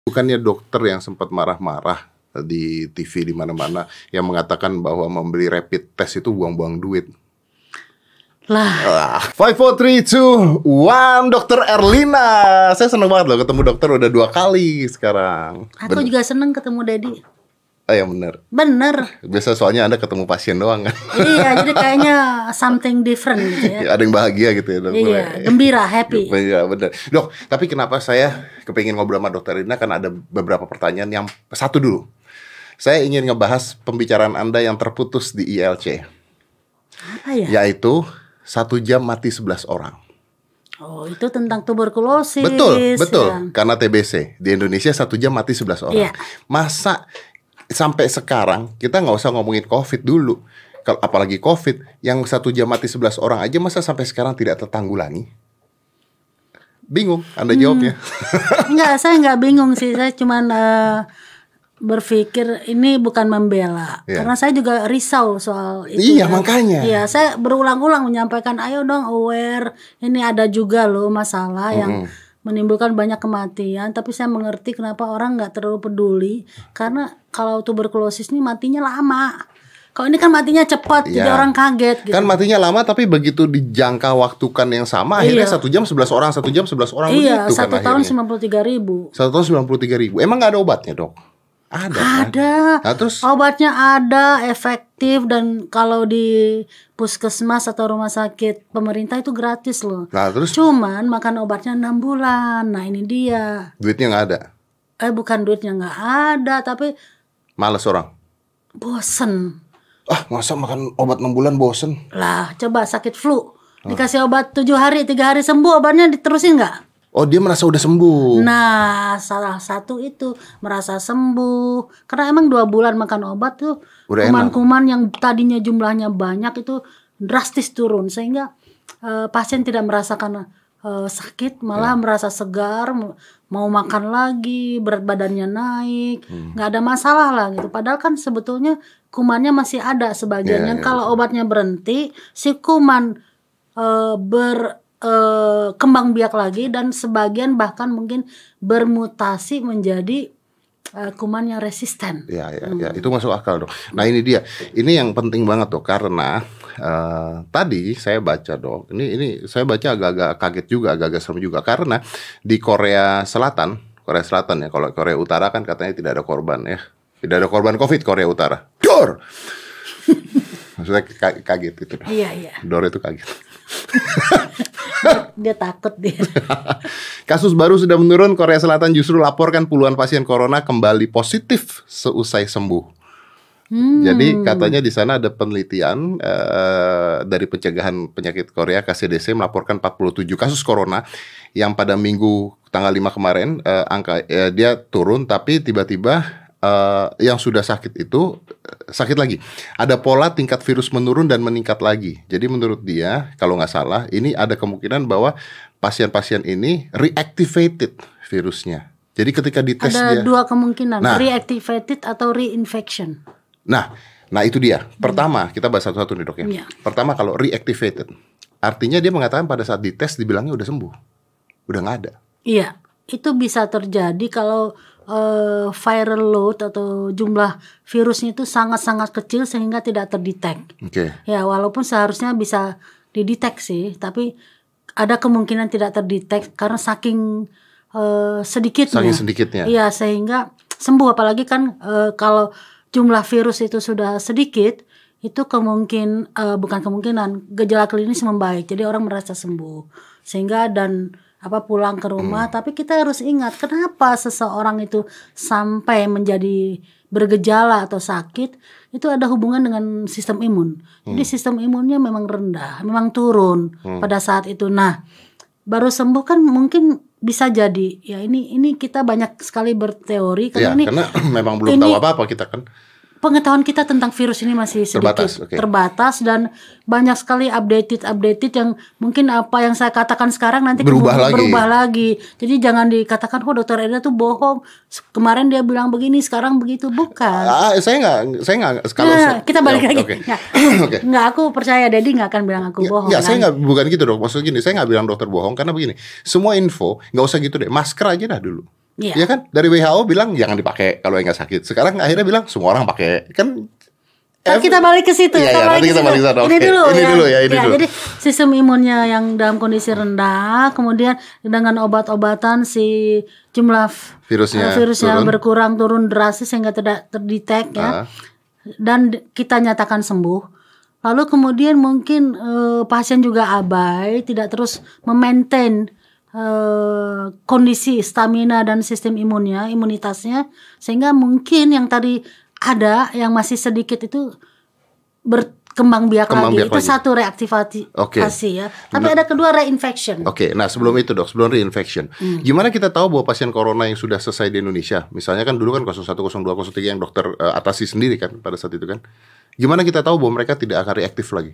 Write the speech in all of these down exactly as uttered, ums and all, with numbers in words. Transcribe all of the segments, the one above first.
Bukannya dokter yang sempat marah-marah di T V di mana-mana yang mengatakan bahwa membeli rapid test itu buang-buang duit. Lah. Five, four, three, two, one. Dokter Erlina. Saya seneng banget loh ketemu dokter udah dua kali sekarang. Aku Ben- juga seneng ketemu Dedi. Oh ya bener. Bener. Biasa soalnya Anda ketemu pasien doang kan. Iya, jadi kayaknya something different gitu ya. Ada yang bahagia gitu ya dokter. Iya, gembira, happy. Iya bener. Dok, tapi kenapa saya kepingin ngobrol sama dokter Erlina? Karena ada beberapa pertanyaan. Yang satu dulu, saya ingin ngebahas pembicaraan Anda yang terputus di I L C. Apa ya? Yaitu satu jam mati sebelas orang. Oh, itu tentang tuberkulosis. Betul, betul. Ya. Karena T B C di Indonesia satu jam mati sebelas orang. Iya. Masa sampai sekarang kita nggak usah ngomongin COVID dulu. Kalau apalagi COVID yang satu jam mati sebelas orang aja, masa sampai sekarang tidak tertanggulangi? Bingung, Anda jawabnya. Hmm. Enggak, saya nggak bingung sih. Saya cuman uh, berpikir ini bukan membela. Iya. Karena saya juga risau soal itu. Iya, kan. makanya. Iya, saya berulang-ulang menyampaikan, ayo dong aware. Ini ada juga loh masalah yang menimbulkan banyak kematian. Tapi saya mengerti kenapa orang nggak terlalu peduli. Karena kalau tuberkulosis ini matinya lama. Kalau ini kan matinya cepat, jadi Iya. orang kaget gitu. Kan matinya lama, tapi begitu dijangka waktukan yang sama, akhirnya Iya. satu jam sebelas orang, satu jam sebelas orang Iya, begitu satu kan tahun akhirnya. sembilan puluh tiga ribu. Satu tahun sembilan puluh tiga ribu. Emang nggak ada obatnya dok? Ada. Kan? Ada. Nah, terus Obatnya ada, efektif, dan kalau di puskesmas atau rumah sakit pemerintah itu gratis loh. Nah terus Cuman makan obatnya enam bulan. Nah ini dia. duitnya nggak ada. Eh bukan duitnya nggak ada, tapi Males orang. bosen. Ah masa makan obat enam bulan bosen? Lah coba sakit flu, dikasih obat tujuh hari, tiga hari sembuh, obatnya diterusin nggak? Oh dia merasa udah sembuh. Nah salah satu itu merasa sembuh. Karena emang dua bulan makan obat tuh Udah enak. kuman-kuman yang tadinya jumlahnya banyak itu drastis turun. Sehingga eh, pasien tidak merasakan eh, sakit, malah merasa segar, m- mau makan lagi, berat badannya naik, nggak ada masalah lah gitu. Padahal kan sebetulnya kumannya masih ada sebagian. Iya, Yang iya, kalau obatnya berhenti, si kuman eh, ber eh, kembang biak lagi, dan sebagian bahkan mungkin bermutasi menjadi eh, kuman yang resisten. Ya, ya, ya, itu masuk akal dok. Nah ini dia, ini yang penting banget dok, karena eh, tadi saya baca dok, ini ini saya baca agak-agak kaget juga, agak-agak serem juga, karena di Korea Selatan, Korea Selatan ya, kalau Korea Utara kan katanya tidak ada korban ya, tidak ada korban COVID Korea Utara. Dor, maksudnya ka- kaget itu. Iya iya. Dor itu kaget. Dia takut dia. Kasus baru sudah menurun, Korea Selatan justru laporkan puluhan pasien corona kembali positif seusai sembuh. Hmm. Jadi katanya di sana ada penelitian eh, dari pencegahan penyakit Korea K C D C melaporkan empat puluh tujuh kasus corona yang pada minggu tanggal lima kemarin eh, angka eh, dia turun, tapi tiba-tiba eh, yang sudah sakit itu eh, sakit lagi. Ada pola tingkat virus menurun dan meningkat lagi. Jadi menurut dia kalau nggak salah ini ada kemungkinan bahwa pasien-pasien ini reactivated virusnya. Jadi ketika dites Ada dia dua kemungkinan, Nah. reactivated atau reinfection. Nah, nah itu dia. Pertama, kita bahas satu-satu nih dok ya. Iya. Pertama kalau reactivated, artinya dia mengatakan pada saat dites dibilangnya udah sembuh, udah nggak ada. Iya, itu bisa terjadi kalau eh, viral load atau jumlah virusnya itu sangat-sangat kecil sehingga tidak terdetek. Oke. Ya, walaupun seharusnya bisa dideteksi, tapi ada kemungkinan tidak terdetek karena saking eh, sedikitnya. Saking sedikitnya. Iya, sehingga sembuh. Apalagi kan eh, kalau jumlah virus itu sudah sedikit, itu kemungkin eh, bukan kemungkinan gejala klinis membaik. Jadi orang merasa sembuh. Sehingga dan apa pulang ke rumah, tapi kita harus ingat kenapa seseorang itu sampai menjadi bergejala atau sakit, itu ada hubungan dengan sistem imun. Jadi sistem imunnya memang rendah, memang turun pada saat itu. Nah, baru sembuh kan mungkin bisa jadi. Ya ini ini kita banyak sekali berteori Ya, karena ini karena memang belum ini- tahu apa-apa kita kan. pengetahuan kita tentang virus ini masih sedikit Terbatas, oke. terbatas, dan banyak sekali updated updated yang mungkin apa yang saya katakan sekarang nanti Berubah kemudian lagi. berubah lagi. Jadi jangan dikatakan oh dokter Eda tuh bohong. Kemarin dia bilang begini, sekarang begitu, bukan. Ah, saya nggak, saya nggak. Kalau Nah, saya- kita balik ya, lagi. Oke. Nggak, Oke. nggak, aku percaya Dedi nggak akan bilang aku bohong. Ya, saya kan? nggak, bukan gitu dok. Maksud gini, saya nggak bilang dokter bohong karena begini. Semua info nggak usah gitu deh. Masker aja dah dulu. Iya. Ya kan? Dari W H O bilang jangan dipakai kalau nggak sakit. Sekarang akhirnya bilang semua orang pakai. Kan Kan kita balik ke situ. Iya, iya, nanti kita balik ke sana. Ini Oke. dulu Ini ya. dulu ya, ini Ya, dulu. jadi sistem imunnya yang dalam kondisi rendah, kemudian dengan obat-obatan si jumlah f- Virusnya eh, virusnya turun. berkurang turun drastis sehingga tidak terdetek ya. Ah. Dan d- kita nyatakan sembuh. Lalu kemudian mungkin eh, pasien juga abai, tidak terus memaintain eh, kondisi stamina dan sistem imunnya, imunitasnya, sehingga mungkin yang tadi ada yang masih sedikit itu berkembang biak Kembang lagi. biak Itu lagi. satu reaktivasi Oke. ya. Tapi ada kedua reinfection. Oke, nah sebelum itu dok, sebelum reinfection, gimana kita tahu bahwa pasien corona yang sudah selesai di Indonesia, misalnya kan dulu kan nol satu, nol dua, nol tiga yang dokter eh, atasi sendiri kan pada saat itu kan, gimana kita tahu bahwa mereka tidak akan reaktif lagi?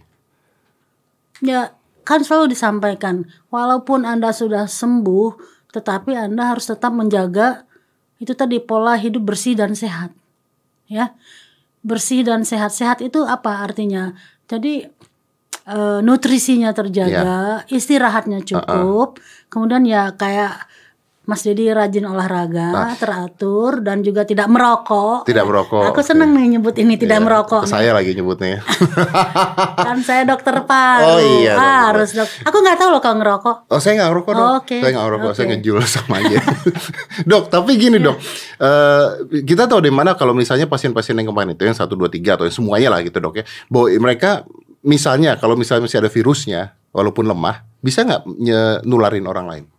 Ya, kan selalu disampaikan, walaupun Anda sudah sembuh, tetapi Anda harus tetap menjaga itu tadi pola hidup bersih dan sehat. Ya. Bersih dan sehat. Sehat itu apa artinya? Jadi eh, nutrisinya terjaga, istirahatnya cukup, kemudian ya kayak Mas Dedi rajin olahraga, teratur, dan juga tidak merokok. Tidak merokok, Aku senang nih nyebut ini tidak Iya, merokok. Saya lagi nyebutnya. Kan saya dokter paru. Oh iya, dokter harus dok. Aku nggak tahu loh kalau ngerokok. Oh saya nggak ngerokok dok, Oh, oke. saya nggak ngerokok, saya Oke. ngejul sama aja. Dok, tapi gini dok, eh, kita tahu di mana kalau misalnya pasien-pasien yang kemarin itu yang satu dua tiga atau yang semuanya lah gitu dok ya, bahwa mereka misalnya kalau misalnya masih ada virusnya, walaupun lemah, bisa nggak nye- nularin orang lain?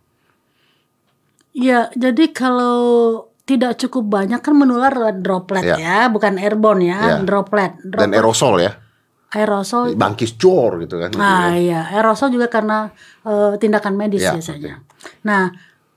Ya, jadi kalau tidak cukup banyak kan menular lewat droplet Ya. ya, bukan airborne ya, Ya. droplet. Dan Droplet. aerosol ya, Aerosol. bangkis cor gitu kan. Ah iya, aerosol juga karena eh, tindakan medis Ya, biasanya. Nah,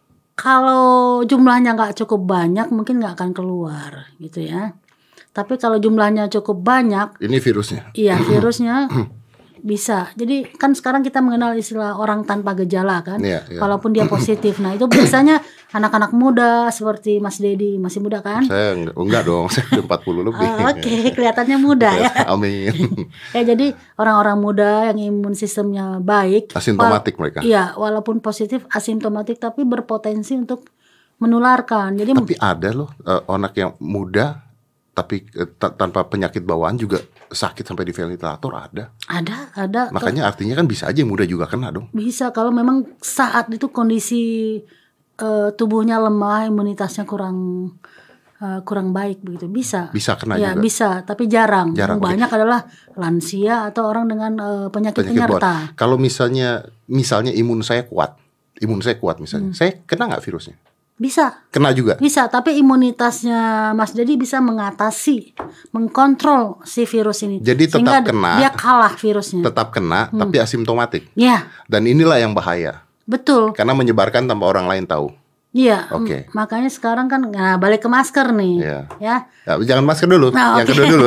kalau jumlahnya nggak cukup banyak, mungkin nggak akan keluar gitu ya. Tapi kalau jumlahnya cukup banyak, Ini virusnya. iya virusnya bisa. Jadi kan sekarang kita mengenal istilah orang tanpa gejala kan, Iya, iya. walaupun dia positif. Nah itu biasanya anak-anak muda seperti Mas Dedi, masih muda kan? Saya enggak, enggak dong, saya udah empat puluh lebih. Ah, Oke, kelihatannya muda ya. Amin. Ya jadi orang-orang muda yang imun sistemnya baik, Asimptomatik wal- mereka. Iya, walaupun positif asimptomatik tapi berpotensi untuk menularkan. Jadi Tapi ada loh eh, anak yang muda tapi eh, ta- tanpa penyakit bawaan juga sakit sampai di ventilator ada. ada ada Makanya artinya kan bisa aja yang muda juga kena dong. bisa kalau memang saat itu kondisi eh, tubuhnya lemah, imunitasnya kurang eh, kurang baik begitu bisa. Bisa kena Ya juga. bisa, tapi jarang. Jarang, Yang oke. banyak adalah lansia atau orang dengan eh, penyakit, Penyakit penyerta. bawaan. Kalau misalnya misalnya imun saya kuat, imun saya kuat Hmm. misalnya, saya kena nggak virusnya? Bisa. Kena juga. Bisa, tapi imunitasnya Mas Dedi bisa mengatasi, mengkontrol si virus ini. Jadi tetap Sehingga kena. dia kalah virusnya. Tetap kena Hmm. tapi asimptomatik. Ya, Dan inilah yang bahaya betul. karena menyebarkan tanpa orang lain tahu. Iya, Oke. mm, makanya sekarang kan nah, balik ke masker nih. Iya. Ya. Ya, jangan masker dulu, Nah, yang oke. kedua dulu.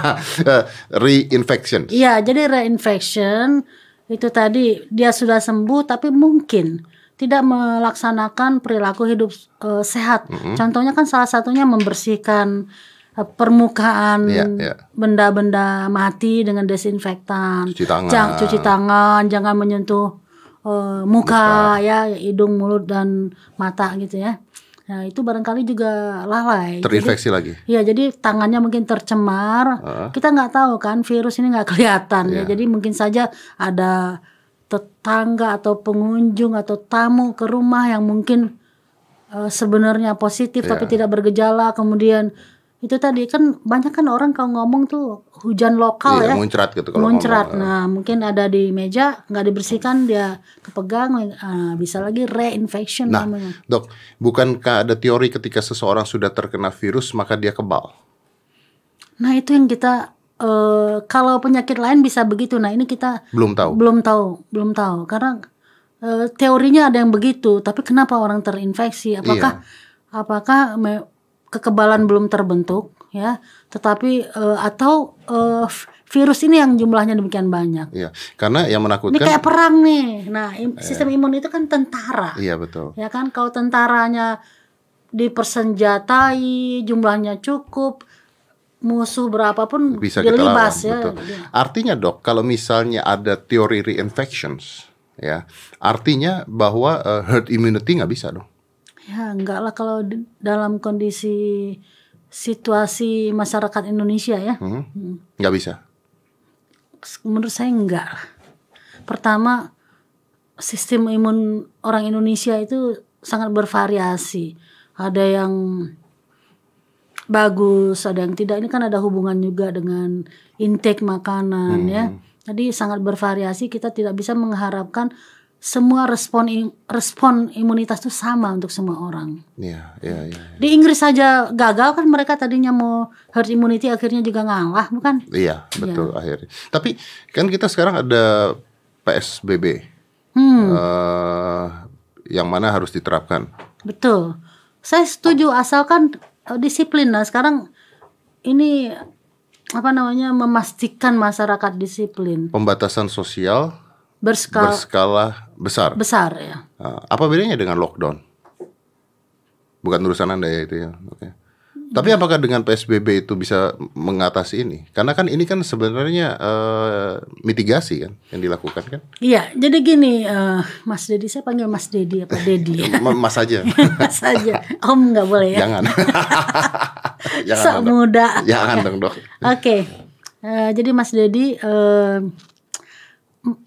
Eh, Reinfection. Iya, jadi reinfection itu tadi dia sudah sembuh tapi mungkin tidak melaksanakan perilaku hidup eh, sehat. Contohnya kan salah satunya membersihkan eh, permukaan Iya, iya. benda-benda mati dengan desinfektan. Cuci tangan. Jang- cuci tangan, jangan menyentuh eh, muka, ya, hidung, mulut dan mata gitu ya. Nah, itu barangkali juga lalai. Jadi- Terinfeksi lagi. Iya, jadi tangannya mungkin tercemar. Kita nggak tahu kan virus ini nggak kelihatan ya. Iya. Jadi mungkin saja ada tetangga atau pengunjung atau tamu ke rumah yang mungkin eh, sebenarnya positif tapi Iya. tidak bergejala. Kemudian itu tadi kan banyak kan orang kalau ngomong tuh hujan lokal Iya, ya. muncrat gitu kalau Muncrat. ngomong. Nah, mungkin ada di meja nggak dibersihkan dia kepegang, ah, bisa lagi reinfection Nah, namanya. dok, bukankah ada teori ketika seseorang sudah terkena virus maka dia kebal? Nah, itu yang kita eh, kalau penyakit lain bisa begitu. Nah, ini kita Belum tahu. belum tahu, belum tahu karena eh, teorinya ada yang begitu, tapi kenapa orang terinfeksi? Apakah apakah me- kekebalan belum terbentuk ya, tetapi eh, atau eh, virus ini yang jumlahnya demikian banyak. Iya, karena yang Ini menakutkan. kayak perang nih. Nah, im- sistem imun itu kan tentara. Iya betul. Ya kan, kalau tentaranya dipersenjatai, jumlahnya cukup, musuh berapapun Bisa dia kita lawan. libas ya. Betul. Artinya dok, kalau misalnya ada teori reinfections, ya, artinya bahwa eh, herd immunity nggak bisa dong. Ya enggak lah kalau di- dalam kondisi situasi masyarakat Indonesia ya. Hmm? Hmm. Nggak bisa. Menurut saya enggak. Pertama, sistem imun orang Indonesia itu sangat bervariasi. Ada yang bagus, ada yang tidak. Ini kan ada hubungan juga dengan intake makanan Hmm. ya. Jadi sangat bervariasi. Kita tidak bisa mengharapkan semua respon im- respon imunitas itu sama untuk semua orang. Iya, iya, iya. Di Inggris saja gagal kan, mereka tadinya mau herd immunity akhirnya juga ngalah, bukan? Iya, betul akhirnya. Tapi kan kita sekarang ada P S B B. Hmm. eh, yang mana harus diterapkan. Betul. Saya setuju asalkan eh, disiplin. Nah, sekarang ini apa namanya, memastikan masyarakat disiplin Pembatasan sosial berskala berskala besar. besar ya. Nah, apa bedanya dengan lockdown? Bukan urusan Anda ya itu ya. Oke. Tapi apakah dengan P S B B itu bisa mengatasi ini? Karena kan ini kan sebenarnya eh, mitigasi kan yang dilakukan kan? Iya, jadi gini, eh, Mas Dedi, saya panggil Mas Dedi apa Dedi? Ma- Mas aja. Mas saja. Om nggak boleh ya. Jangan. Jangan Sok dong, Dok. muda. Jangan dong, Dok. Oke, Eh, jadi Mas Dedi, eh, m-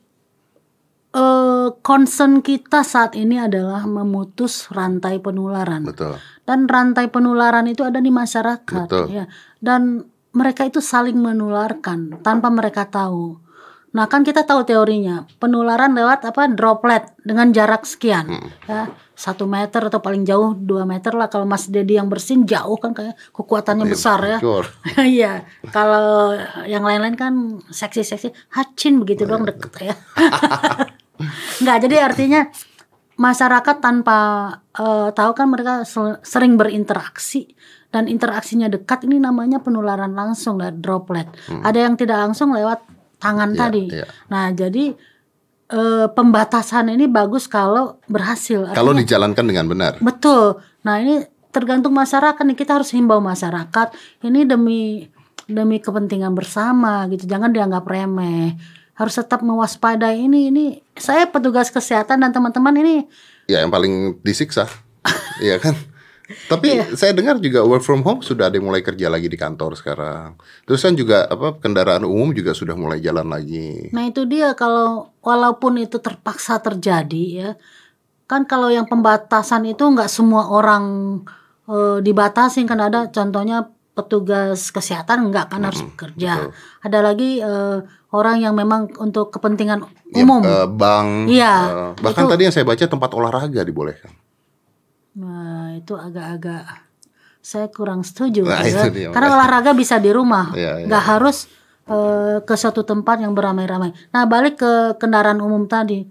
eh, concern kita saat ini adalah memutus rantai penularan. Betul. Dan rantai penularan itu ada di masyarakat, Betul. ya. Dan mereka itu saling menularkan tanpa mereka tahu. Nah, kan kita tahu teorinya, penularan lewat apa, droplet dengan jarak sekian, ya, satu meter atau paling jauh dua meter lah. Kalau Mas Dedi yang bersin jauh kan, kayak kekuatannya besar ya. Betul. Iya, kalau yang lain-lain kan seksi-seksi, hacin begitu doang deket ya. Enggak, jadi artinya masyarakat tanpa eh, tahu kan mereka sel- sering berinteraksi, dan interaksinya dekat, ini namanya penularan langsung lewat droplet. Ada yang tidak langsung lewat tangan Iya, tadi. iya. Nah, jadi eh, pembatasan ini bagus kalau berhasil. Kalau Artinya- dijalankan dengan benar. Betul. Nah, ini tergantung masyarakat nih. Kita harus himbau masyarakat. Ini demi demi kepentingan bersama gitu. Jangan dianggap remeh. Harus tetap mewaspadai ini. Ini saya petugas kesehatan dan teman-teman ini. Ya, yang paling disiksa. Iya kan? Tapi Iya. saya dengar juga work from home sudah ada yang mulai kerja lagi di kantor sekarang. Terus kan juga apa, kendaraan umum juga sudah mulai jalan lagi. Nah, itu dia, kalau walaupun itu terpaksa terjadi ya. Kan kalau yang pembatasan itu nggak semua orang eh, dibatasin, kan ada contohnya petugas kesehatan nggak kan harus bekerja. betul. Ada lagi eh, orang yang memang untuk kepentingan Ya, umum. eh, bank. Iya, eh, bahkan itu- tadi yang saya baca tempat olahraga dibolehkan. Nah, itu agak-agak saya kurang setuju Nah, ya. itu dia, Karena makanya. olahraga bisa di rumah, Iya, iya. nggak harus eh, ke suatu tempat yang beramai-ramai. Nah, balik ke kendaraan umum tadi,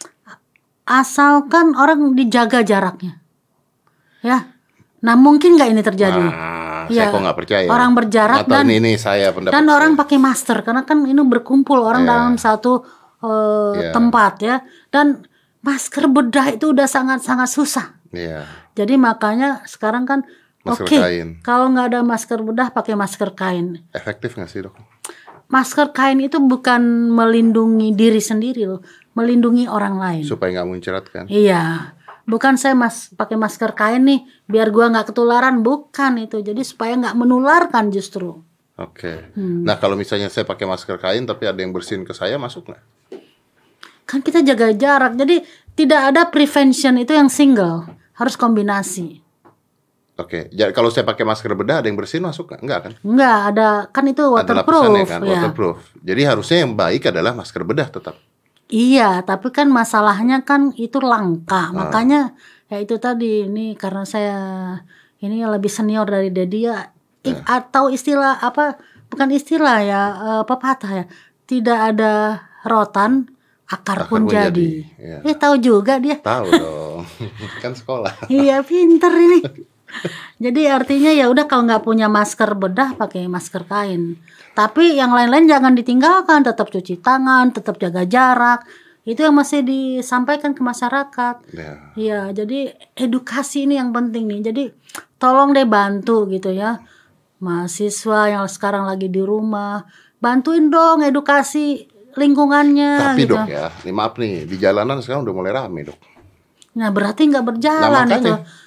asalkan orang dijaga jaraknya, ya. Nah, mungkin nggak ini terjadi? Nah, Iya. saya kok nggak percaya. Orang berjarak Nggak tahu, dan ini, ini saya pendapat. dan saya. orang pakai masker, karena kan ini berkumpul orang Iya. dalam satu eh, Iya. tempat ya. Dan masker bedah itu udah sangat-sangat susah. Iya. Jadi makanya sekarang kan Masker oke, kain. kalau nggak ada masker bedah pakai masker kain. Efektif nggak sih, Dok? Masker kain itu bukan melindungi diri sendiri loh, melindungi orang lain. Supaya nggak muncrat kan? Iya, bukan saya mas pakai masker kain nih biar gua nggak ketularan, bukan itu. Jadi supaya nggak menularkan justru. Oke. Hmm. Nah, kalau misalnya saya pakai masker kain tapi ada yang bersihin ke saya, masuk nggak? Kan kita jaga jarak, jadi tidak ada prevention itu yang single, harus kombinasi. Oke. Jadi kalau saya pakai masker bedah ada yang bersihin, masuk nggak? Nggak kan? Enggak ada, kan itu Ada waterproof lapisannya kan, ya. waterproof. Jadi harusnya yang baik adalah masker bedah tetap. Iya, tapi kan masalahnya kan itu langka. Ah. Makanya ya itu tadi, ini karena saya ini lebih senior dari Dedi ya, i- atau istilah apa, bukan istilah ya, eh, pepatah ya. Tidak ada rotan, akar, Akar pun pun jadi. jadi, iya. Eh, tahu juga dia. Tahu dong. Kan sekolah. Iya, pinter ini. Jadi artinya ya udah, kalau nggak punya masker bedah pakai masker kain. Tapi yang lain-lain jangan ditinggalkan, tetap cuci tangan, tetap jaga jarak. Itu yang masih disampaikan ke masyarakat. Ya. Iya, jadi edukasi ini yang penting nih. Jadi tolong deh bantu gitu ya. Mahasiswa yang sekarang lagi di rumah, bantuin dong edukasi lingkungannya Tapi gitu. Dok ya, ini maaf nih, di jalanan sekarang udah mulai rame, Dok. Nah, berarti nggak Nah, berjalan makanya. itu.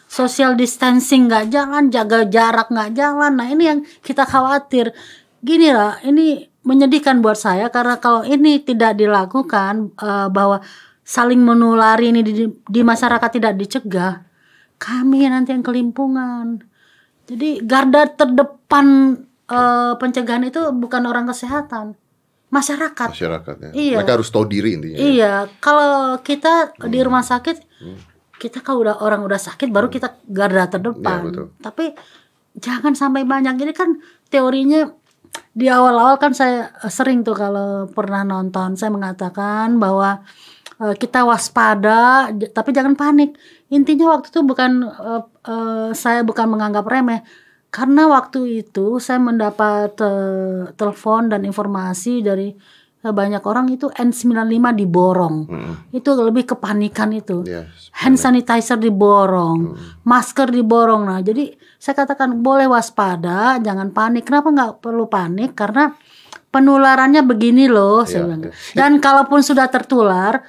social distancing nggak jalan, jaga jarak nggak jalan. Nah ini yang kita khawatir. Gini lah, ini menyedihkan buat saya karena kalau ini tidak dilakukan uh, bahwa saling menulari ini di, di masyarakat tidak dicegah, kami nanti yang kelimpungan. Jadi garda terdepan uh, pencegahan itu bukan orang kesehatan, masyarakat. Masyarakat ya. Iya. Mereka harus tahu diri intinya. Iya, ya. Kalau kita hmm. di rumah sakit, hmm. kita kalau udah orang udah sakit baru kita garda terdepan. Ya, betul. Tapi jangan sampai banyak. Jadi kan teorinya di awal-awal kan saya sering tuh kalau pernah nonton saya mengatakan bahwa uh, kita waspada tapi jangan panik. Intinya waktu itu bukan uh, uh, saya bukan menganggap remeh karena waktu itu saya mendapat uh, telepon dan informasi dari uh, banyak orang itu N sembilan puluh lima diborong. Hmm. Itu lebih kepanikan itu. Yes, hand sanitizer diborong, hmm. masker diborong. Nah, jadi saya katakan boleh waspada, jangan panik. Kenapa nggak perlu panik? Karena penularannya begini loh, saya bilang. Dan kalaupun sudah tertular,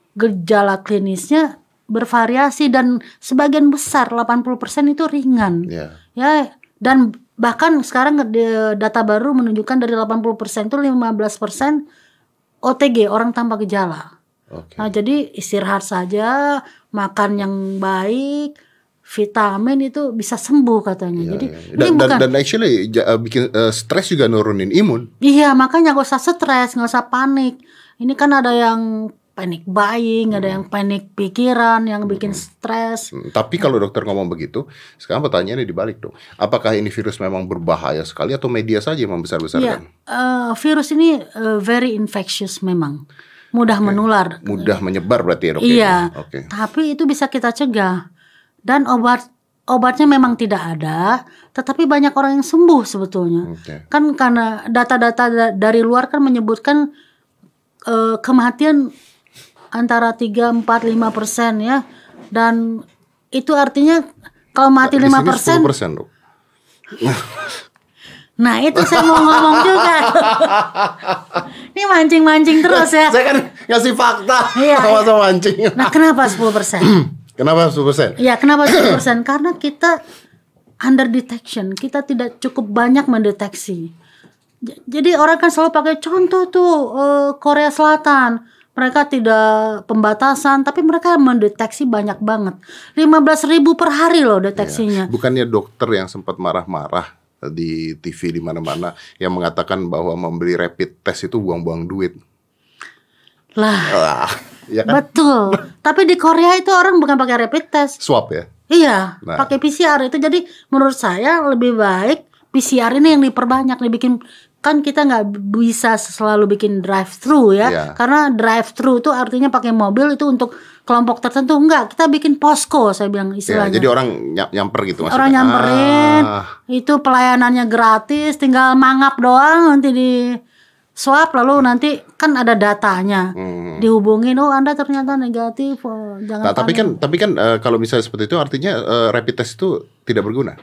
gejala klinisnya bervariasi dan sebagian besar delapan puluh persen itu ringan. Yeah. Ya, dan bahkan sekarang data baru menunjukkan dari delapan puluh persen itu lima belas persen O T G, orang tanpa gejala. Okay. Nah, jadi istirahat saja, makan yang baik, vitamin itu bisa sembuh katanya. Ya, jadi ya. Dan, bukan, dan, dan actually uh, bikin uh, stres juga nurunin imun. Iya, makanya gak usah stres, gak usah panik. Ini kan ada yang panic buying, hmm. ada yang panik pikiran, yang bikin hmm. stres. Hmm. Tapi kalau dokter ngomong begitu, sekarang pertanyaannya dibalik dong. Apakah ini virus memang berbahaya sekali atau media saja yang membesar-besarkan? Iya, uh, virus ini uh, very infectious memang. Mudah okay. menular. Mudah menyebar berarti ya dok? Iya, okay. Tapi itu bisa kita cegah. Dan obat obatnya memang tidak ada, tetapi banyak orang yang sembuh sebetulnya. Okay. Kan karena data-data dari luar kan menyebutkan uh, kematian antara tiga, empat, lima persen ya. Dan itu artinya kalau mati lima persen. sepuluh persen dok. Nah itu saya mau ngomong juga. Ini mancing-mancing terus ya. Saya kan ngasih fakta. Iya, sama-sama mancing. Nah kenapa sepuluh persen? Kenapa sepuluh persen? Ya kenapa sepuluh persen? Karena kita under detection. Kita tidak cukup banyak mendeteksi. Jadi orang kan selalu pakai contoh tuh uh, Korea Selatan. Mereka tidak pembatasan, tapi mereka mendeteksi banyak banget. lima belas ribu per hari loh deteksinya. Ya, bukannya dokter yang sempat marah-marah di T V di mana-mana yang mengatakan bahwa membeli rapid test itu buang-buang duit. Lah, ah, ya kan? Betul. Tapi di Korea itu orang bukan pakai rapid test. Swab ya? Iya, nah. pakai P C R itu. Jadi menurut saya lebih baik P C R ini yang diperbanyak, dibikin. Kan kita nggak bisa selalu bikin drive thru ya, yeah. Karena drive thru itu artinya pakai mobil itu untuk kelompok tertentu. Enggak, kita bikin posko, saya bilang istilahnya. Yeah, jadi orang nyamper gitu maksudnya. Orang nyamperin, ah. Itu pelayanannya gratis, tinggal mangap doang nanti di swab lalu nanti kan ada datanya, hmm. dihubungin. Oh Anda ternyata negatif, oh, jangan. Nah, tapi kan, tapi kan uh, kalau misalnya seperti itu artinya uh, rapid test itu tidak berguna.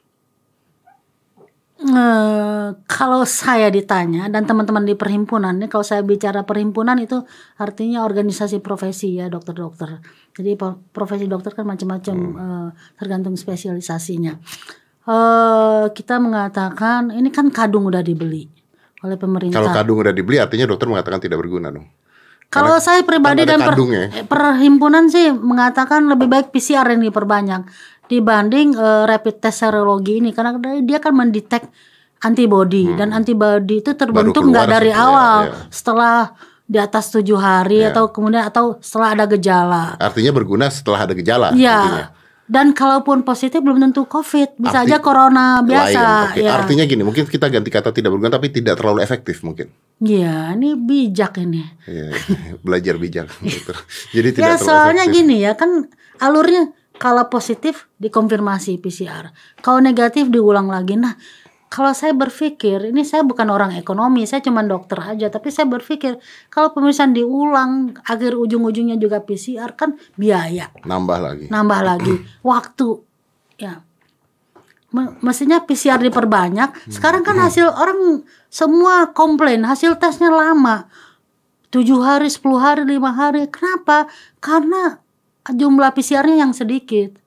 Uh, kalau saya ditanya dan teman-teman di perhimpunan nih, kalau saya bicara perhimpunan itu artinya organisasi profesi ya dokter-dokter. Jadi profesi dokter kan macam-macam, hmm. uh, tergantung spesialisasinya. Uh, kita mengatakan ini kan kadung udah dibeli oleh pemerintah. Kalau kadung udah dibeli artinya dokter mengatakan tidak berguna dong. Kalau saya pribadi dan per, perhimpunan sih mengatakan lebih baik P C R yang diperbanyak dibanding uh, rapid test serologi ini karena dia kan mendetek antibody hmm. dan antibody itu terbentuk nggak dari awal ya, ya. Setelah di atas tujuh hari ya. Atau kemudian atau setelah ada gejala. Artinya berguna setelah ada gejala. Ya. Artinya. Dan kalaupun positif belum tentu COVID, bisa Arti, aja corona biasa. Okay. Ya. Artinya gini, mungkin kita ganti kata tidak berguna tapi tidak terlalu efektif mungkin. Iya, ini bijak ini. Ya, belajar bijak. Jadi tidak ya, terlalu soalnya efektif. Gini ya, kan alurnya kalau positif dikonfirmasi P C R, kalau negatif diulang lagi. Nah, kalau saya berpikir, ini saya bukan orang ekonomi, saya cuma dokter aja, tapi saya berpikir kalau pemeriksaan diulang, akhir ujung-ujungnya juga P C R kan biaya. Nambah lagi. Nambah lagi, waktu. Ya, mestinya P C R diperbanyak. Sekarang kan hasil orang semua komplain, hasil tesnya lama, tujuh hari, sepuluh hari, lima hari. Kenapa? Karena jumlah P C R-nya yang sedikit.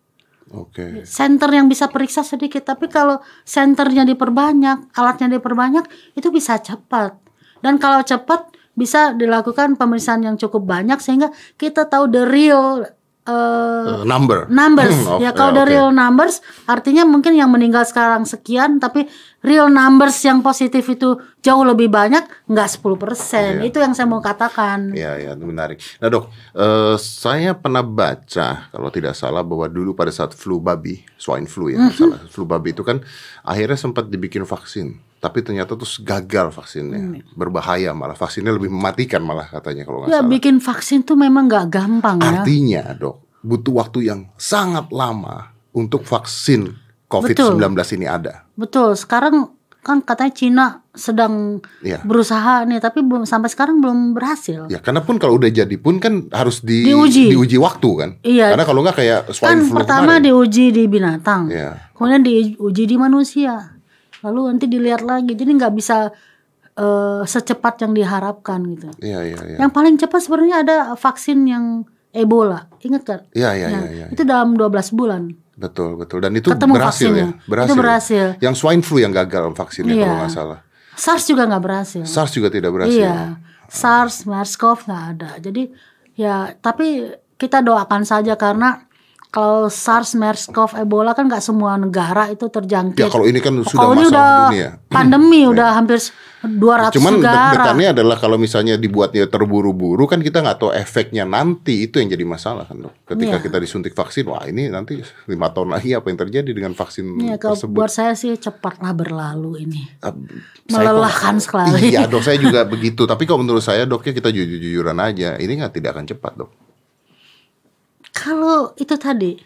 Oke. Center yang bisa periksa sedikit, tapi kalau centernya diperbanyak, alatnya diperbanyak, itu bisa cepat. Dan kalau cepat bisa dilakukan pemeriksaan yang cukup banyak sehingga kita tahu the real uh, Uh, number. numbers. Oh, Ya kalau ya, the oke. real numbers artinya mungkin yang meninggal sekarang sekian, tapi real numbers yang positif itu jauh lebih banyak, nggak sepuluh persen. Iya. Itu yang saya mau katakan. Ya, ya, itu menarik. Nah dok, eh, saya pernah baca kalau tidak salah bahwa dulu pada saat flu babi, swine flu ya, Mm-hmm. salah, flu babi itu kan akhirnya sempat dibikin vaksin, tapi ternyata terus gagal vaksinnya, berbahaya malah, vaksinnya lebih mematikan malah katanya kalau nggak Ya salah. bikin vaksin tuh memang nggak gampang ya. Artinya dok, butuh waktu yang sangat lama untuk vaksin covid sembilan belas ini ada. Betul. Sekarang kan katanya Cina sedang Iya. berusaha nih, tapi belum sampai sekarang belum berhasil. Ya, karena pun kalau udah jadi pun kan harus di, Diuji. diuji waktu kan. Iya. Karena kalau nggak kayak swine Kan flu pertama kemarin. diuji di binatang, Iya. kemudian diuji di manusia, lalu nanti dilihat lagi. Jadi nggak bisa eh, secepat yang diharapkan gitu. Iya, iya, iya. Yang paling cepat sebenarnya ada vaksin yang Ebola, ingat kan? Iya, iya, Ya, iya, iya. Itu dalam dua belas bulan. Betul, betul. Dan itu Ketemu berhasil vaksinnya. ya. Berhasil. Itu berhasil. Yang swine flu yang gagal vaksinnya Iya. kalau nggak salah. SARS juga nggak berhasil. SARS juga tidak berhasil. Iya, SARS, MERS-CoV nggak ada. Jadi ya, tapi kita doakan saja karena kalau SARS, MERS-CoV, Ebola kan nggak semua negara itu terjangkit. Ya kalau ini kan sudah Kalau ini masalah udah dunia. pandemi, udah hampir dua ratus Cuman negara. deg-degannya adalah kalau misalnya dibuatnya terburu-buru kan kita nggak tahu efeknya nanti, itu yang jadi masalah kan dok. Ketika Iya. kita disuntik vaksin, wah ini nanti lima tahun lagi apa yang terjadi dengan vaksin Ya, kalau tersebut? buat saya sih cepatlah berlalu ini. Uh, saya Melelahkan kok- sekali. Iya dok, saya juga begitu. Tapi kalau menurut saya dok ya kita jujur-jujuran aja, ini nggak tidak akan cepat dok. Kalau itu tadi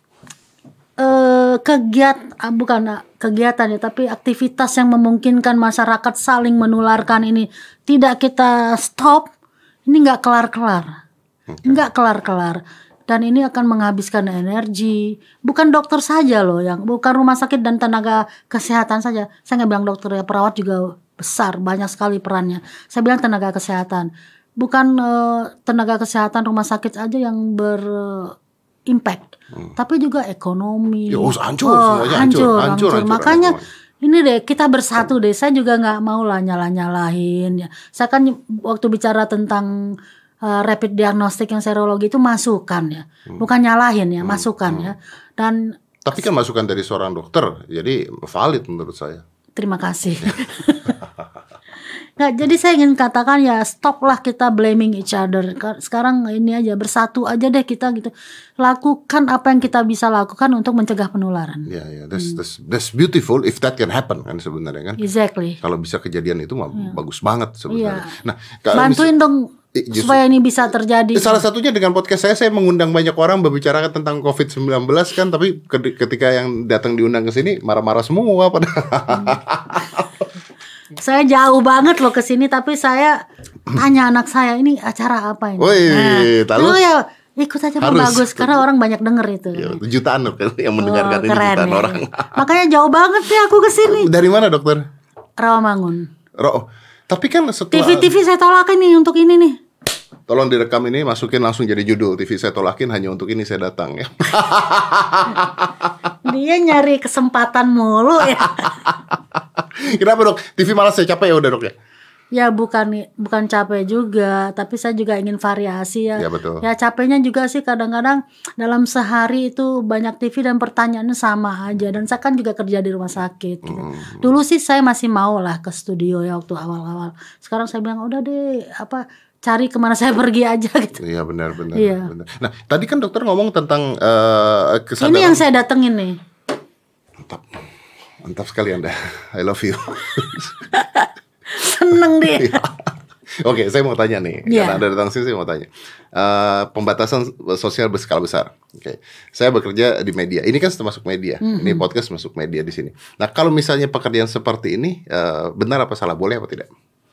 eh kegiatan ah, bukan ah, kegiatan ya, tapi aktivitas yang memungkinkan masyarakat saling menularkan ini tidak kita stop, ini nggak kelar-kelar, nggak kelar-kelar, dan ini akan menghabiskan energi. Bukan dokter saja loh, yang bukan rumah sakit dan tenaga kesehatan saja. Saya nggak bilang dokter ya, perawat juga besar, banyak sekali perannya. Saya bilang tenaga kesehatan, bukan eh, tenaga kesehatan rumah sakit aja yang berimpact, tapi juga ekonomi. Ya, oh, hancur semuanya, hancur, hancur, hancur, Makanya hancur. ini deh kita bersatu deh. Saya juga nggak mau lah nyalah-nyalahin ya. Saya kan waktu bicara tentang uh, rapid diagnostic yang serologi itu masukan ya, bukan nyalahin ya, masukan ya. Dan Tapi kan masukan dari seorang dokter, jadi valid menurut saya. terima kasih. Nggak, jadi saya ingin katakan ya, stoplah kita blaming each other. Sekarang ini aja, bersatu aja deh kita gitu. Lakukan apa yang kita bisa lakukan untuk mencegah penularan. Ya, ya, that's, that's, that's beautiful if that can happen kan sebenarnya kan. Exactly. Kalau bisa kejadian itu mah bagus banget sebenarnya. Iya. Nah, kalau Bantuin mis- dong Eh, justru- supaya ini bisa terjadi. Salah satunya dengan podcast saya, saya mengundang banyak orang membicarakan tentang covid sembilan belas kan, tapi ke- ketika yang datang diundang ke sini marah-marah semua pada. Saya jauh banget loh ke sini, tapi saya tanya anak saya, ini acara apa ini? Woi, tahu? lalu ya ikut aja Pak, Harus. bagus karena orang banyak denger itu. Ya, jutaan loh kan yang Oh, mendengarkan ini, keren jutaan ya. orang. Makanya jauh banget nih aku ke sini. Dari mana dokter? Rawamangun. Ro, tapi kan setelah T V T V saya tolakin nih untuk ini nih. tolong direkam ini, masukin langsung jadi judul T V saya tolakin hanya untuk ini saya datang ya. Dia nyari kesempatan mulu ya. Kenapa dok? T V malas saya capek ya udah dok ya. Ya bukan bukan capek juga, tapi saya juga ingin variasi ya. Ya, betul. Ya capeknya juga sih kadang-kadang dalam sehari itu banyak T V dan pertanyaannya sama aja. Dan saya kan juga kerja di rumah sakit gitu. Hmm. Dulu sih saya masih mau lah ke studio ya waktu awal-awal. Sekarang saya bilang udah deh apa cari kemana saya pergi aja gitu. Iya benar benar. Iya. benar. Nah tadi kan dokter ngomong tentang eh, kesadaran. Ini yang saya datengin nih. Mantap, mantap sekali Anda. I love you. Seneng dia. Iya. Oke, saya mau tanya nih, Iya. karena Anda datang sini saya mau tanya. Eh, pembatasan sosial berskala besar. Oke, saya bekerja di media. Ini kan termasuk media. Mhm. Ini podcast masuk media di sini. Nah, kalau misalnya pekerjaan seperti ini eh, benar apa salah, boleh apa tidak?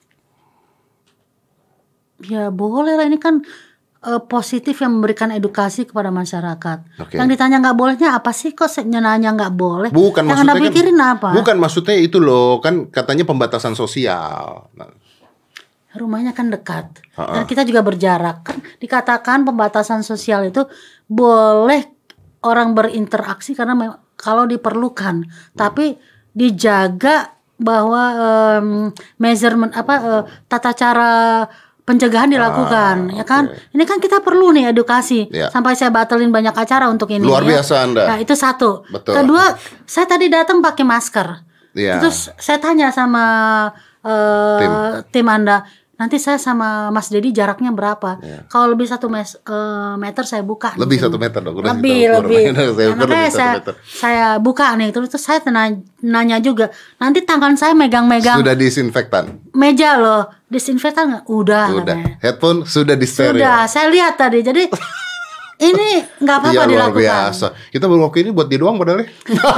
Ya boleh lah, ini kan eh, positif yang memberikan edukasi kepada masyarakat. Oke. Yang ditanya nggak bolehnya apa sih, kok nanya nggak boleh? Bukan yang maksudnya Anda kan- pikirin apa? Bukan maksudnya itu loh, kan katanya pembatasan sosial. Nah, Rumahnya kan dekat. Ha-ha. Dan kita juga berjarak. Kan dikatakan pembatasan sosial itu boleh orang berinteraksi karena me- kalau diperlukan, tapi dijaga bahwa um, measurement apa uh, tata cara pencegahan dilakukan, Ah, ya kan? oke. Ini kan kita perlu nih edukasi. Ya. Sampai saya batalin banyak acara untuk ini. Luar ya. biasa Anda. Nah, itu satu. Betul. Kedua, saya tadi datang pakai masker. Ya. Terus saya tanya sama uh, Tim. tim Anda, nanti saya sama Mas Dedi jaraknya berapa? Ya. Kalau lebih satu mes, uh, meter saya buka. Lebih gitu. satu meter dong. Udah Lebih, kita ukur. lebih. Saya Nah, ukur makanya lebih satu saya, meter. saya buka nih. Terus, terus saya tena- nanya juga, nanti tangan saya megang-megang Sudah disinfektan. meja loh, disinfektan nggak? Udah, Udah. katanya. Headphone sudah di steril. Sudah, saya lihat tadi. Jadi ini nggak apa-apa Iya, luar dilakukan. biasa. Kita baru waktu ini buat dia doang padahal ya.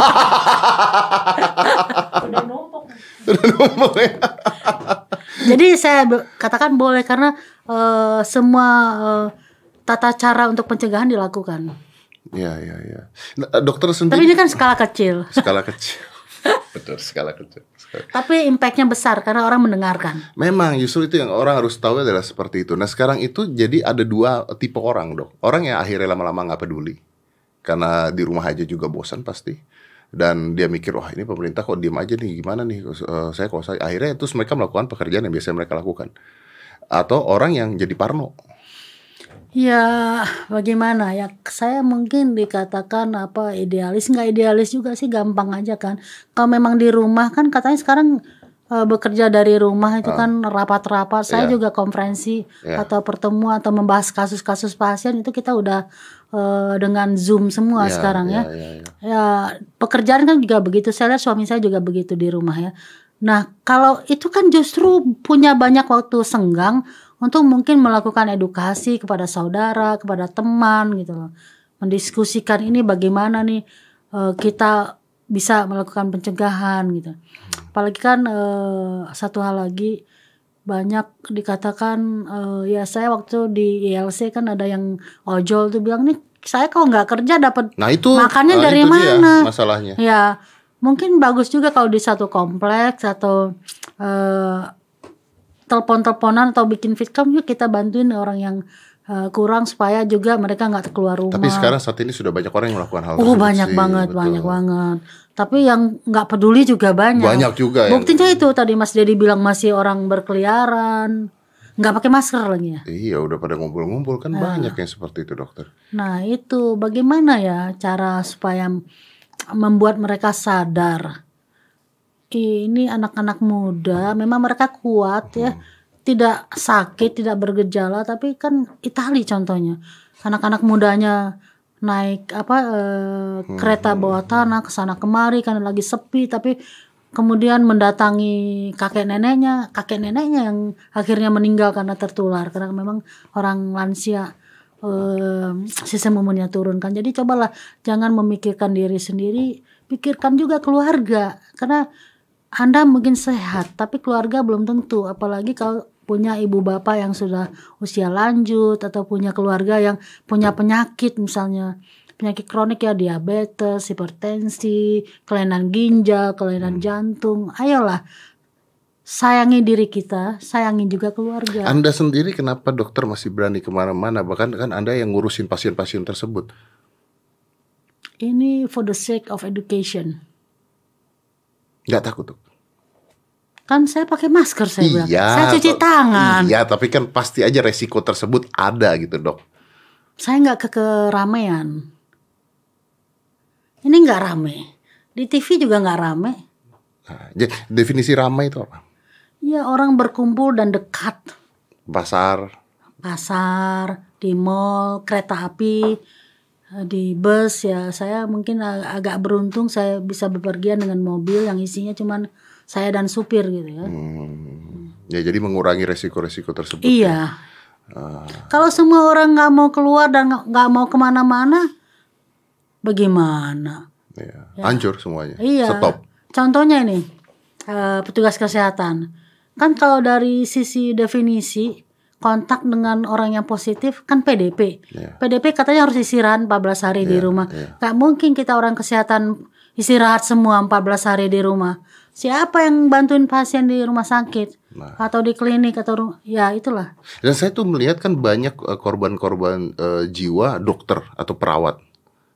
Udah numpuk. Jadi saya be- katakan boleh karena eh, semua eh, tata cara untuk pencegahan dilakukan. Iya, iya, iya. Nah, dokter Tapi sendiri ini kan skala kecil. skala kecil. Betul, skala kecil. Skala- Tapi impactnya besar karena orang mendengarkan. Memang justru itu yang orang harus tahu adalah seperti itu. Nah sekarang itu jadi ada dua tipe orang dok. Orang yang akhirnya lama-lama nggak peduli karena di rumah aja juga bosan pasti. Dan dia mikir wah ini pemerintah kok diem aja nih gimana nih. Eh, saya kok saya akhirnya terus mereka melakukan pekerjaan yang biasa mereka lakukan. Atau orang yang jadi parno. Ya bagaimana ya, saya mungkin dikatakan apa idealis, nggak idealis juga sih, gampang aja kan. Kalau memang di rumah kan katanya sekarang eh, bekerja dari rumah itu kan rapat-rapat. Saya Iya. juga konferensi Iya. atau pertemuan atau membahas kasus-kasus pasien itu kita udah eh, dengan Zoom semua Iya, sekarang iya, ya. iya, iya. Ya pekerjaan kan juga begitu. Saya lihat suami saya juga begitu di rumah ya. Nah kalau itu kan justru punya banyak waktu senggang untuk mungkin melakukan edukasi kepada saudara, kepada teman gitu loh. Mendiskusikan ini bagaimana nih eh, kita bisa melakukan pencegahan gitu. Apalagi kan eh, satu hal lagi, banyak dikatakan eh, ya saya waktu di I L C kan ada yang ojol tuh bilang nih saya kalau nggak kerja dapat Nah itu makannya nah, dari itu dia mana? masalahnya. Ya mungkin bagus juga kalau di satu kompleks atau eh, telepon-teleponan atau bikin fitcom yuk kita bantuin orang yang eh, kurang supaya juga mereka nggak keluar rumah. Tapi sekarang saat ini sudah banyak orang yang melakukan hal Oh tersebut banyak sih, banget, betul. banyak banget. Tapi yang nggak peduli juga banyak. Banyak juga yang- Buktinya itu tadi Mas Dedi bilang masih orang berkeliaran, nggak pakai masker lagi ya. Iya udah pada ngumpul-ngumpul kan banyak yang seperti itu dokter. Nah itu bagaimana ya cara supaya membuat mereka sadar. Ini anak-anak muda, memang mereka kuat ya, tidak sakit, tidak bergejala, tapi kan Itali contohnya, anak-anak mudanya naik apa eh, kereta bawah tanah ke sana kemari kan lagi sepi, tapi kemudian mendatangi kakek neneknya, kakek neneknya yang akhirnya meninggal karena tertular, karena memang orang lansia eh, sistem imunnya turun kan. Jadi cobalah jangan memikirkan diri sendiri, pikirkan juga keluarga, karena Anda mungkin sehat, tapi keluarga belum tentu. Apalagi kalau punya ibu bapak yang sudah usia lanjut atau punya keluarga yang punya penyakit, misalnya penyakit kronik ya, diabetes, hipertensi, kelainan ginjal, kelainan jantung. Ayolah, sayangi diri kita, sayangi juga keluarga. Anda sendiri kenapa dokter masih berani kemana-mana? Bahkan kan Anda yang ngurusin pasien-pasien tersebut. Ini for the sake of education. Nggak takut dok? Kan saya pakai masker, saya bilang. Iya. Saya cuci to- tangan. Iya, tapi kan pasti aja resiko tersebut ada gitu dok. Saya nggak ke keramaian. Ini nggak rame. Di T V juga nggak rame. Nah, jadi definisi ramai itu apa? Ya orang berkumpul dan dekat. Pasar. Pasar, di mall, kereta api, eh, di bus ya. Saya mungkin ag- agak beruntung saya bisa bepergian dengan mobil yang isinya cuman saya dan supir gitu ya. Hmm. Ya jadi mengurangi resiko-resiko tersebut. Iya. Kalau semua orang nggak mau keluar dan nggak- nggak mau kemana-mana, bagaimana? Ya. Hancur semuanya. Iya. Stop. Contohnya ini eh, petugas kesehatan. Kan kalau dari sisi definisi kontak dengan orang yang positif kan P D P. Iya. P D P katanya harus istirahat empat belas hari di Iya, rumah. iya. Gak mungkin kita orang kesehatan istirahat semua empat belas hari di rumah. Siapa yang bantuin pasien di rumah sakit? Nah. Atau di klinik atau ru- ya itulah. Dan saya tuh melihat kan banyak eh, korban-korban eh, jiwa dokter atau perawat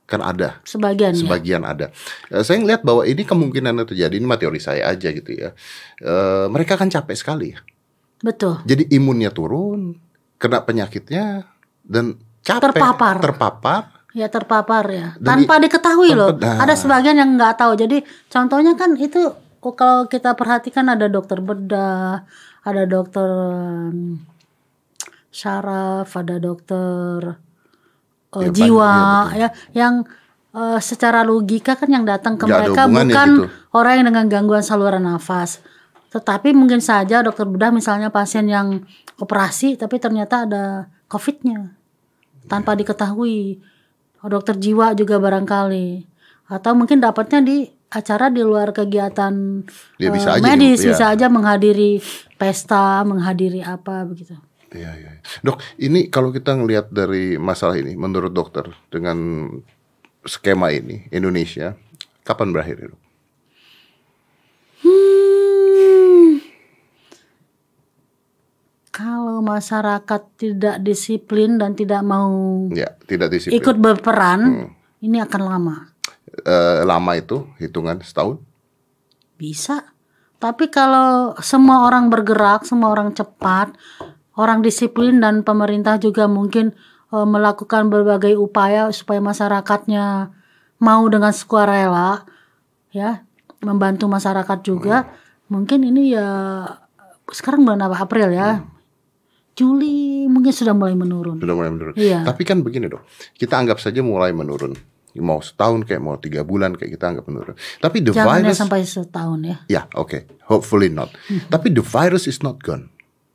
Kan ada. Sebagian, Sebagian ya? Ada. Uh, saya ngeliat bahwa ini kemungkinan terjadi, ini mah teori saya aja gitu ya. Uh, mereka kan capek sekali ya. Betul. Jadi imunnya turun, kena penyakitnya, dan capek. Terpapar. Terpapar. Ya terpapar ya. Dan tanpa i- diketahui tanpa- loh. nah. Ada sebagian yang nggak tahu. Jadi contohnya kan itu kalau kita perhatikan ada dokter bedah, ada dokter um, syaraf, ada dokter uh, Ya, jiwa, banyak, ya, betul. ya, yang uh, secara logika kan yang datang ke Nggak ada mereka hubungannya bukan gitu. orang yang dengan gangguan saluran nafas. Tetapi mungkin saja dokter bedah misalnya pasien yang operasi tapi ternyata ada COVID-nya tanpa diketahui. Dokter jiwa juga barangkali, atau mungkin dapatnya di acara di luar kegiatan Ya, bisa uh, aja medis, di- ya. bisa aja menghadiri pesta, menghadiri apa begitu. Iya, iya. Dok, ini kalau kita ngelihat dari masalah ini, menurut dokter, dengan skema ini, Indonesia, kapan berakhir ya, dok? Hmm, kalau masyarakat tidak disiplin dan tidak mau Ya, tidak disiplin. ikut berperan, Hmm. ini akan lama. Eh, lama itu, hitungan setahun? Bisa. Tapi kalau semua orang bergerak, semua orang cepat, orang disiplin dan pemerintah juga mungkin eh, melakukan berbagai upaya supaya masyarakatnya mau dengan sukarela, ya, membantu masyarakat juga. Mungkin ini ya sekarang bulan apa? April ya. Juli mungkin sudah mulai menurun. Sudah mulai menurun. Iya. Tapi kan begini, dok, kita anggap saja mulai menurun. Mau setahun kayak mau tiga bulan kayak kita anggap menurun. Tapi the Jangan ya virus, sampai setahun ya. ya oke, hopefully not. Tapi the virus is not gone.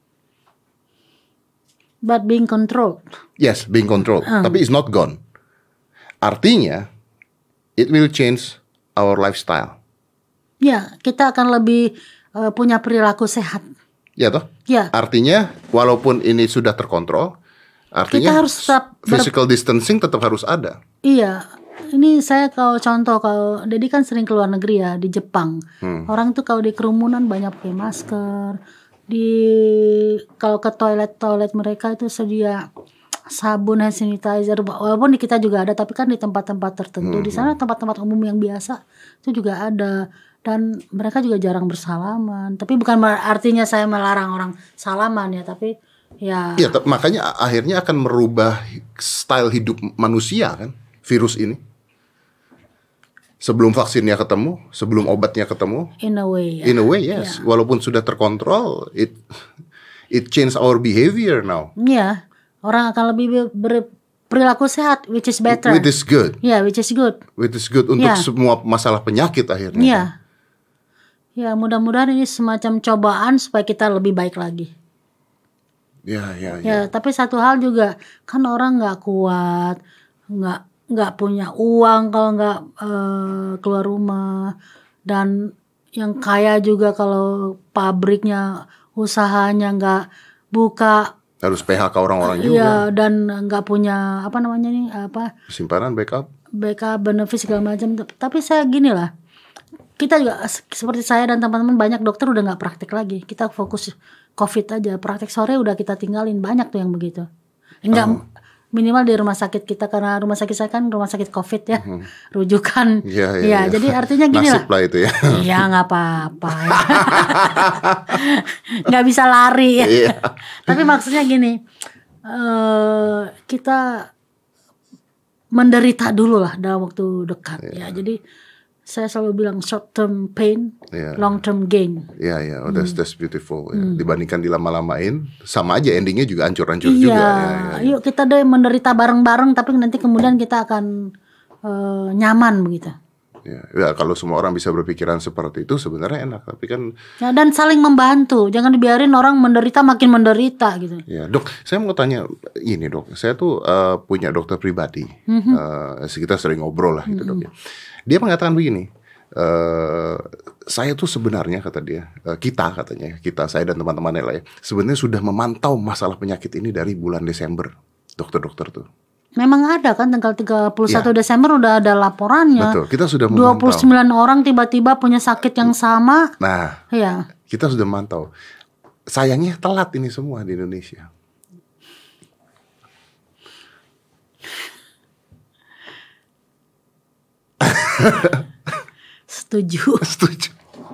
But being controlled. Yes, being controlled. Tapi it's not gone. Artinya, it will change our lifestyle. Ya, kita akan lebih eh, punya perilaku sehat. Ya toh? Ya. Artinya, walaupun ini sudah terkontrol, artinya Kita harus tetap ber- physical distancing tetap harus ada. Iya, ini saya kalau contoh, kalau Dedi kan sering keluar negeri ya, di Jepang. Orang tuh kalau di kerumunan banyak pakai masker. Di kalau ke toilet-toilet mereka itu sedia sabun, hand sanitizer. Walaupun di kita juga ada, tapi kan di tempat-tempat tertentu. Di sana tempat-tempat umum yang biasa itu juga ada. Dan mereka juga jarang bersalaman. Tapi bukan artinya saya melarang orang salaman ya, tapi ya. Ya, te- makanya akhirnya akan merubah style hidup manusia kan, virus ini. Sebelum vaksinnya ketemu, sebelum obatnya ketemu, In a way ya. in a way yes, walaupun sudah terkontrol, it it change our behavior now, Iya, orang akan lebih berperilaku sehat, which is better. which is good, Ya, which is good. which is good untuk Ya. semua masalah penyakit akhirnya. Iya. Ya, mudah-mudahan ini semacam cobaan supaya kita lebih baik lagi. Ya, ya, ya. Ya, tapi satu hal juga, kan orang nggak kuat, nggak nggak punya uang kalau nggak eh, keluar rumah, dan yang kaya juga kalau pabriknya, usahanya nggak buka, Harus P H K orang-orang juga. ya, dan nggak punya apa namanya nih apa Simpanan backup. backup benefit segala macam. Tapi saya gini lah, kita juga s- seperti saya dan teman-teman banyak dokter udah nggak praktek lagi. Kita fokus COVID aja. Praktek sore udah kita tinggalin, banyak tuh yang begitu. Enggak minimal di rumah sakit kita, karena rumah sakit saya kan rumah sakit COVID ya, rujukan. Iya, iya, Ya, iya. jadi artinya gini Nasib lah. lah itu ya. Iya nggak apa-apa. Ya. Nggak bisa lari. Ya. Iya. Tapi maksudnya gini, eh kita menderita dulu lah dalam waktu dekat ya. Jadi saya selalu bilang short term pain, Iya. long term gain. Iya, iya, oh, Hmm. that's, that's beautiful. Ya. Dibandingkan dilama-lamain, sama aja endingnya juga hancur-hancur Iya, juga. Ya, ya, ya. yuk kita deh menderita bareng-bareng, tapi nanti kemudian kita akan eh, nyaman begitu. Ya, ya, kalau semua orang bisa berpikiran seperti itu sebenarnya enak, tapi kan Ya, dan saling membantu, jangan dibiarin orang menderita makin menderita gitu. ya, dok, saya mau tanya ini, dok. Saya tuh eh, punya dokter pribadi. Eh, kita sering ngobrol lah gitu, dok ya. Dia mengatakan begini, eh saya tuh sebenarnya kata dia, eh, kita katanya, kita saya dan teman-teman yang lain sebenarnya sudah memantau masalah penyakit ini dari bulan Desember, dokter-dokter tuh. Memang ada kan tanggal tiga puluh satu Desember udah ada laporannya. Betul, kita sudah dua puluh memantau. sembilan orang tiba-tiba punya sakit yang sama. Nah, Ya. kita sudah memantau. Sayangnya telat ini semua di Indonesia. Setuju. Setuju.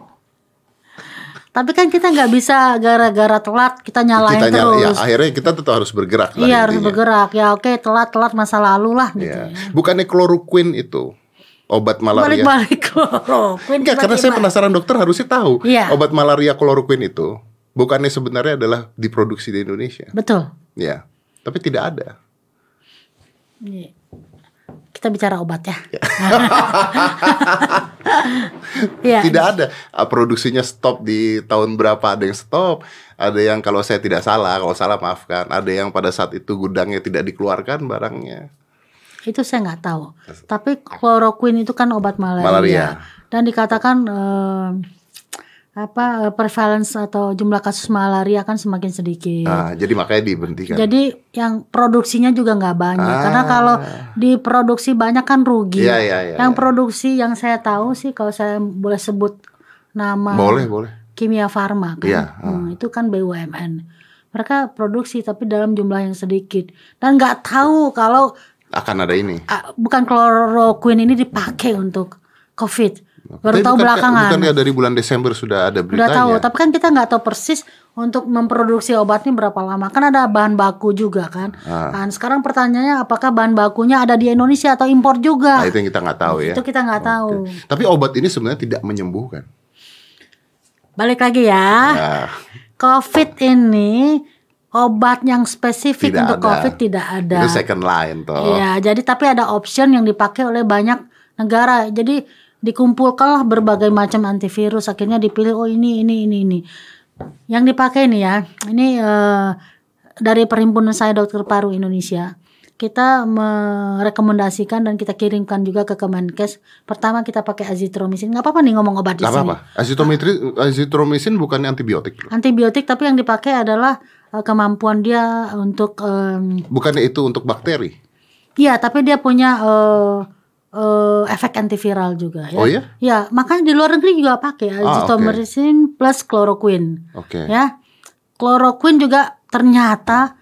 Tapi kan kita nggak bisa gara-gara telat kita nyalain Kita nyala, ya, terus. akhirnya kita tetap harus bergerak lah Iya harus intinya. bergerak. Ya oke telat-telat masa lalu lah gitu. Ya. Ya. Bukannya chloroquine itu obat malaria? Balik-balik kloroquine. Enggak, karena saya penasaran, dokter harusnya tahu. Iya. Obat malaria chloroquine itu bukannya sebenarnya adalah diproduksi di Indonesia. Betul. Ya, tapi tidak ada. Iya. Kita bicara obat ya. Ya. Tidak ada. Ah, produksinya stop di tahun berapa, ada yang stop, ada yang kalau saya tidak salah, kalau salah maafkan, ada yang pada saat itu gudangnya tidak dikeluarkan barangnya. Itu saya nggak tahu. Tapi chloroquine itu kan obat malaria. Malaria. Dan dikatakan eh, apa prevalence atau jumlah kasus malaria kan semakin sedikit. Nah, jadi makanya dihentikan. Jadi yang produksinya juga nggak banyak. Ah. Karena kalau diproduksi banyak kan rugi. Iya, iya, iya, yang iya. produksi yang saya tahu sih kalau saya boleh sebut nama. Boleh, boleh. Kimia Farma kan. Iya, Hmm, itu kan B U M N. Mereka produksi tapi dalam jumlah yang sedikit. Dan nggak tahu kalau Akan ada ini. ah, bukan chloroquine ini dipakai untuk COVID. Baru Tapi tahu bukankah- belakangan. Bukankah dari bulan Desember sudah ada Udah beritanya? tahu, tapi kan kita nggak tahu persis untuk memproduksi obat ini berapa lama. Kan ada bahan baku juga kan. Ah. Kan sekarang pertanyaannya apakah bahan bakunya ada di Indonesia atau impor juga? Nah, itu yang kita nggak tahu ya. Itu kita nggak tahu. Tapi obat ini sebenarnya tidak menyembuhkan. Balik lagi ya. Nah, COVID ini obat yang spesifik Tidak untuk ada. COVID tidak ada. itu second line toh. Iya, jadi tapi ada option yang dipakai oleh banyak negara. Jadi dikumpulkanlah berbagai macam antivirus, akhirnya dipilih oh ini ini ini ini. Yang dipakai nih ya. Ini eh, dari perhimpunan saya Dokter Paru Indonesia. Kita merekomendasikan dan kita kirimkan juga ke Kemenkes. Pertama kita pakai azitromisin. Nggak apa-apa nih ngomong obat di Gak sini. apa-apa. Azithromycin, azithromycin bukannya antibiotik loh. Antibiotik tapi yang dipakai adalah eh, kemampuan dia untuk em, Bukannya itu untuk bakteri? iya, tapi dia punya eh, eh, efek antiviral juga ya. Oh ya? Ya, makanya di luar negeri juga pakai Ah, azithromycin plus chloroquine. Oke. Ya. Chloroquine juga ternyata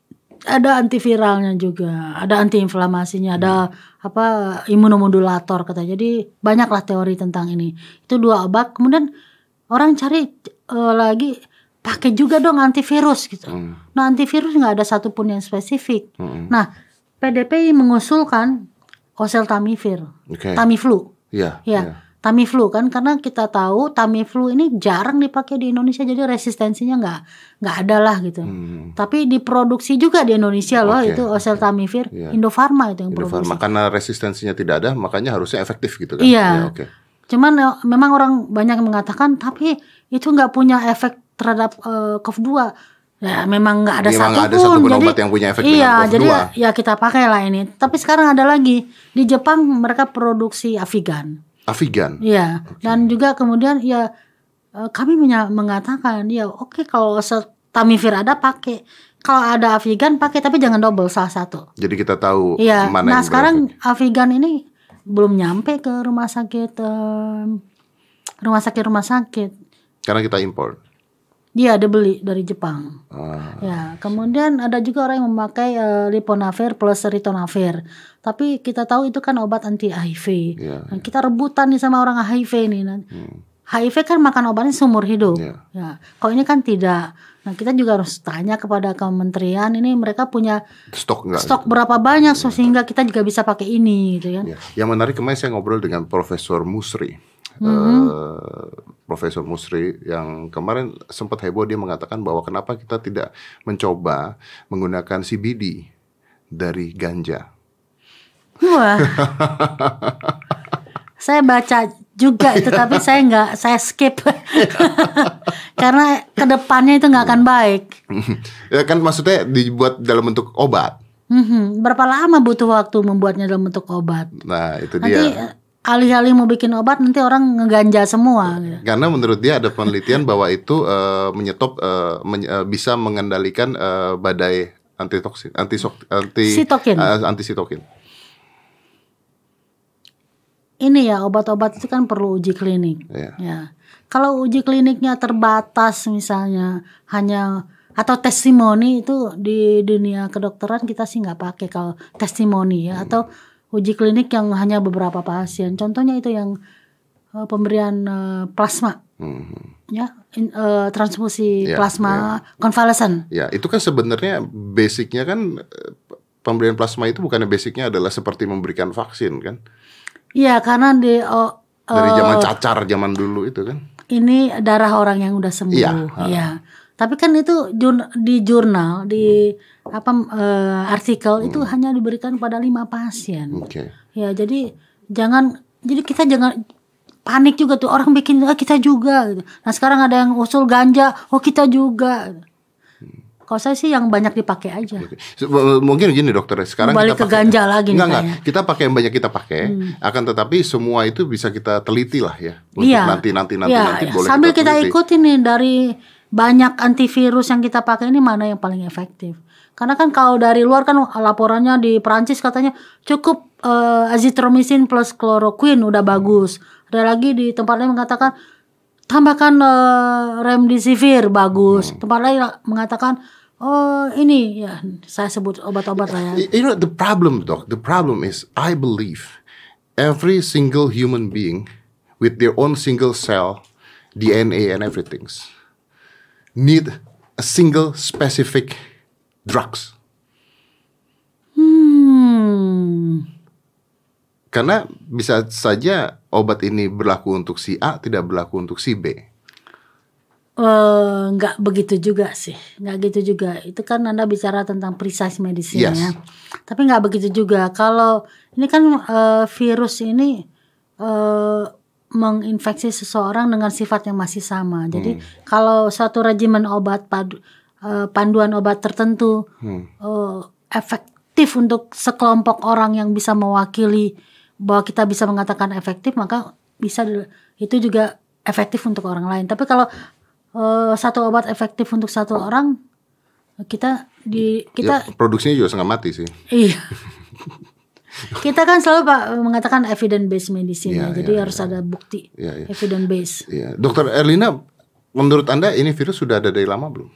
ada antiviralnya juga, ada antiinflamasinya, ada apa imunomodulator katanya. Jadi banyaklah teori tentang ini. Itu dua obat. Kemudian orang cari eh, lagi pakai juga dong antivirus gitu. Hmm. Nah, antivirus nggak ada satupun yang spesifik. Hmm. Nah, P D P I mengusulkan oseltamivir, Oke. Tamiflu. Iya. Ya, iya. Tamiflu kan karena kita tahu Tamiflu ini jarang dipakai di Indonesia jadi resistensinya nggak nggak ada lah gitu. Hmm. Tapi diproduksi juga di Indonesia loh Oke. itu oseltamivir, Iya. Indofarma itu yang Indofarma. produksi. Karena resistensinya tidak ada, makanya harusnya efektif gitu kan? Iya. Ya, oke. Cuman eh, memang orang banyak yang mengatakan tapi itu nggak punya efek terhadap eh, COVID dua. Ya memang nggak ada Memang nggak ada satupun. satupun Jadi obat yang punya efek iya, dengan COVID jadi dua. ya kita pakai lah ini. Tapi sekarang ada lagi di Jepang mereka produksi Avigan. Avigan. Iya, dan juga kemudian ya eh, kami menya- mengatakan ya oke kalau se- Tamifir ada pakai, kalau ada Avigan pakai tapi jangan double salah satu. Jadi kita tahu Iya. mana Nah yang sekarang berefek. Avigan ini belum nyampe ke rumah sakit, em, rumah sakit rumah sakit. Karena kita import. Dia ada beli dari Jepang. Ah, Ya, kemudian ada juga orang yang memakai eh, Liponavir plus Ritonavir. Tapi kita tahu itu kan obat anti H I V. Iya. Nah, kita rebutan nih sama orang H I V nih. Nah, hmm. H I V kan makan obatnya seumur hidup. Iya. Ya, kalau ini kan tidak. Nah, kita juga harus tanya kepada kementerian ini mereka punya Stok enggak? stok berapa banyak so, sehingga kita juga bisa pakai ini gitu kan. Ya. Yang menarik kemarin saya ngobrol dengan Profesor Musri. Mhm. Eh, Profesor Musri yang kemarin sempat heboh, dia mengatakan bahwa kenapa kita tidak mencoba menggunakan C B D dari ganja. Wah. Saya baca juga itu tapi saya nggak saya skip karena kedepannya itu nggak akan baik. Ya kan maksudnya dibuat dalam bentuk obat. Mhm. Berapa lama butuh waktu membuatnya dalam bentuk obat? Nah, itu Nanti dia. eh, alih-alih mau bikin obat nanti orang ngeganja semua. Gitu. Karena menurut dia ada penelitian bahwa itu eh, menyetop eh, men- eh, bisa mengendalikan eh, badai antitoksin, antisok, anti Sitokin. eh, antisitokin. Ini ya obat-obat itu kan perlu uji klinik. Iya. Ya. Kalau uji kliniknya terbatas misalnya hanya atau testimoni itu di dunia kedokteran kita sih nggak pakai kalau testimoni ya, atau uji klinik yang hanya beberapa pasien. Contohnya itu yang uh, pemberian uh, plasma, hmm. ya, in, uh, transfusi yeah, plasma yeah. konvalesen. Ya, itu kan sebenarnya basicnya kan pemberian plasma itu bukannya basicnya adalah seperti memberikan vaksin kan? Iya, karena di uh, dari zaman cacar zaman dulu itu kan. Ini darah orang yang udah sembuh. Iya. Ya. Tapi kan itu di jurnal, di hmm. apa uh, artikel hmm. itu hanya diberikan pada lima pasien. Oke. Okay. Ya, jadi jangan, jadi kita jangan panik juga tuh, orang bikin ah, kita juga gitu. Nah, sekarang ada yang usul ganja, oh kita juga. Kalau saya sih yang banyak dipakai aja. Mungkin gini dokter, sekarang balik kita ke ganja lagi enggak, nih enggak, kita pakai yang banyak kita pakai, hmm. akan tetapi semua itu bisa kita teliti lah ya. Untuk iya. nanti nanti nanti iya, nanti iya. boleh sambil kita, kita teliti. ikutin nih dari banyak antivirus yang kita pakai ini mana yang paling efektif. Karena kan kalau dari luar kan laporannya di Perancis katanya cukup uh, azithromycin plus chloroquine udah bagus. Ada lagi di tempat lain mengatakan tambahkan uh, remdesivir bagus. Hmm. Tempat lain mengatakan oh ini ya saya sebut obat-obat lah ya. You know the problem, doc. The problem is I believe every single human being with their own single cell D N A and everything need a single specific drugs. Hmm. Karena bisa saja obat ini berlaku untuk si A, tidak berlaku untuk si B. Uh, nggak begitu juga sih, nggak gitu juga. Itu kan Anda bicara tentang precise medicine yes. ya. Tapi nggak begitu juga. Kalau ini kan uh, virus ini uh, menginfeksi seseorang dengan sifat yang masih sama. Jadi hmm. kalau suatu regimen obat padu, uh, panduan obat tertentu hmm. uh, efektif untuk sekelompok orang yang bisa mewakili bahwa kita bisa mengatakan efektif, maka bisa itu juga efektif untuk orang lain. Tapi kalau Uh, satu obat efektif untuk satu orang, kita di kita ya, produksinya juga setengah mati sih. Iya. Kita kan selalu Pak mengatakan evidence based medicine ya, ya, jadi ya, harus ya. ada bukti ya, ya. evidence based. Ya. Dokter Erlina, menurut Anda ini virus sudah ada dari lama belum?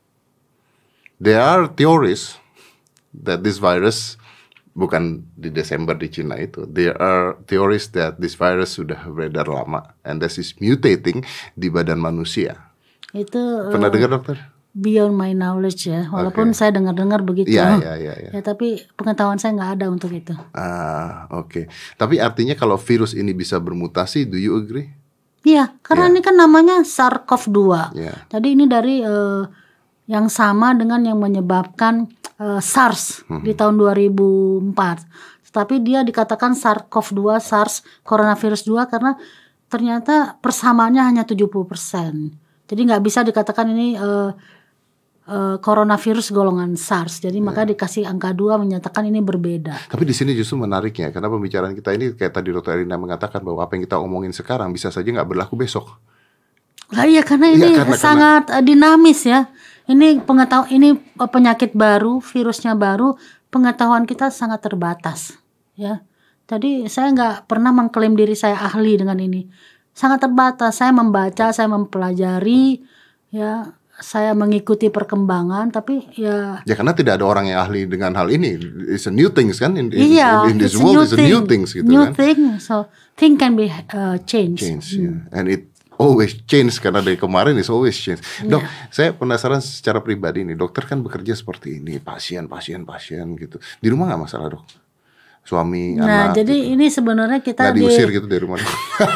There are theories that this virus bukan di Desember di Cina itu. There are theories that this virus sudah beredar lama and this is mutating di badan manusia. Itu pernah uh, dengar dokter? Beyond my knowledge ya, walaupun okay. saya dengar-dengar begitu. Ya, ya, ya, ya. ya tapi pengetahuan saya nggak ada untuk itu. Ah, oke. Okay. Tapi artinya kalau virus ini bisa bermutasi, do you agree? Iya, karena yeah. ini kan namanya SARS-CoV dua. Yeah. Jadi ini dari uh, yang sama dengan yang menyebabkan uh, SARS hmm. di tahun dua ribu empat. Tapi dia dikatakan SARS-CoV dua, SARS coronavirus dua karena ternyata persamaannya hanya tujuh puluh persen. Jadi nggak bisa dikatakan ini uh, uh, coronavirus golongan SARS. Jadi yeah. maka dikasih angka dua menyatakan ini berbeda. Tapi di sini justru menariknya karena pembicaraan kita ini kayak tadi dokter Erlina mengatakan bahwa apa yang kita omongin sekarang bisa saja nggak berlaku besok. Nah, iya karena ini ya, karena, sangat karena... dinamis ya. Ini pengetahuan ini penyakit baru, virusnya baru, pengetahuan kita sangat terbatas ya. Jadi saya nggak pernah mengklaim diri saya ahli dengan ini. Sangat terbatas. Saya membaca, saya mempelajari, ya, saya mengikuti perkembangan, tapi ya. Ya karena tidak ada orang yang ahli dengan hal ini. It's a new things kan in, in, iya, in this world. It's a new things gitu new kan. New thing, so thing can be uh, changed. Change, hmm. yeah. And it always change karena dari kemarin is always change. Dok, yeah. saya penasaran secara pribadi nih. Dokter kan bekerja seperti ini, pasien, pasien, pasien gitu. Di rumah nggak masalah dok? Suami, nah, anak. jadi gitu. Ini sebenarnya kita nggak diusir di... gitu dari rumah.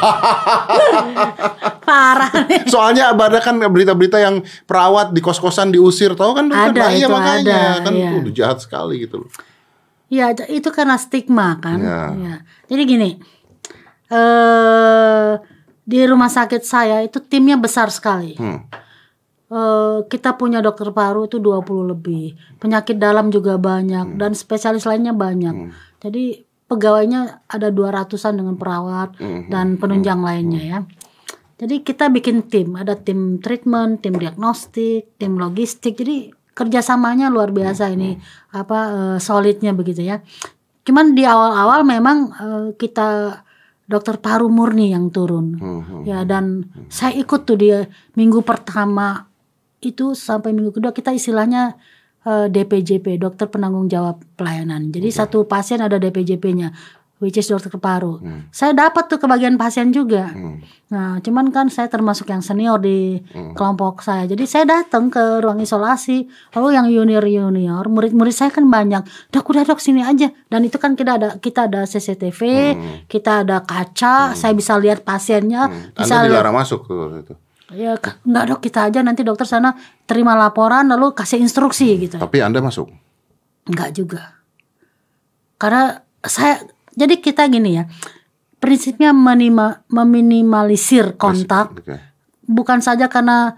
Parah nih. Soalnya ada kan berita-berita yang perawat di kos-kosan diusir, tahu kan? Ada nah, itu iya, makanya ada. Kan iya. udah jahat sekali gitu loh. Ya itu karena stigma kan. Ya. Ya. Jadi gini, eh di rumah sakit saya itu timnya besar sekali. Hmm. Uh, kita punya dokter paru itu dua puluh lebih, penyakit dalam juga banyak hmm. dan spesialis lainnya banyak. Hmm. Jadi pegawainya ada dua ratusan dengan perawat hmm. dan penunjang hmm. lainnya ya. Jadi kita bikin tim, ada tim treatment, tim diagnostik, tim logistik. Jadi kerjasamanya luar biasa hmm. ini apa uh, solidnya begitu ya. Cuman di awal-awal memang uh, kita dokter paru murni yang turun hmm. ya, dan hmm. saya ikut tuh dia minggu pertama itu sampai minggu kedua kita istilahnya uh, D P J P, dokter penanggung jawab pelayanan. Jadi okay. satu pasien ada D P J P-nya, which is dokter paru. Hmm. Saya dapat tuh kebagian pasien juga. Hmm. Nah, cuman kan saya termasuk yang senior di hmm. kelompok saya. Jadi saya datang ke ruang isolasi. Lalu yang junior-junior, murid-murid saya kan banyak. Dok, udah dok sini aja. Dan itu kan kita ada kita ada C C T V, hmm. kita ada kaca, hmm. saya bisa lihat pasiennya. Hmm. Bisa Anda dilarang masuk ke itu. Ya enggak dok, kita aja nanti dokter sana terima laporan lalu kasih instruksi gitu. Tapi Anda masuk? Enggak juga. Karena saya jadi kita gini ya, prinsipnya menima, meminimalisir kontak, okay. bukan saja karena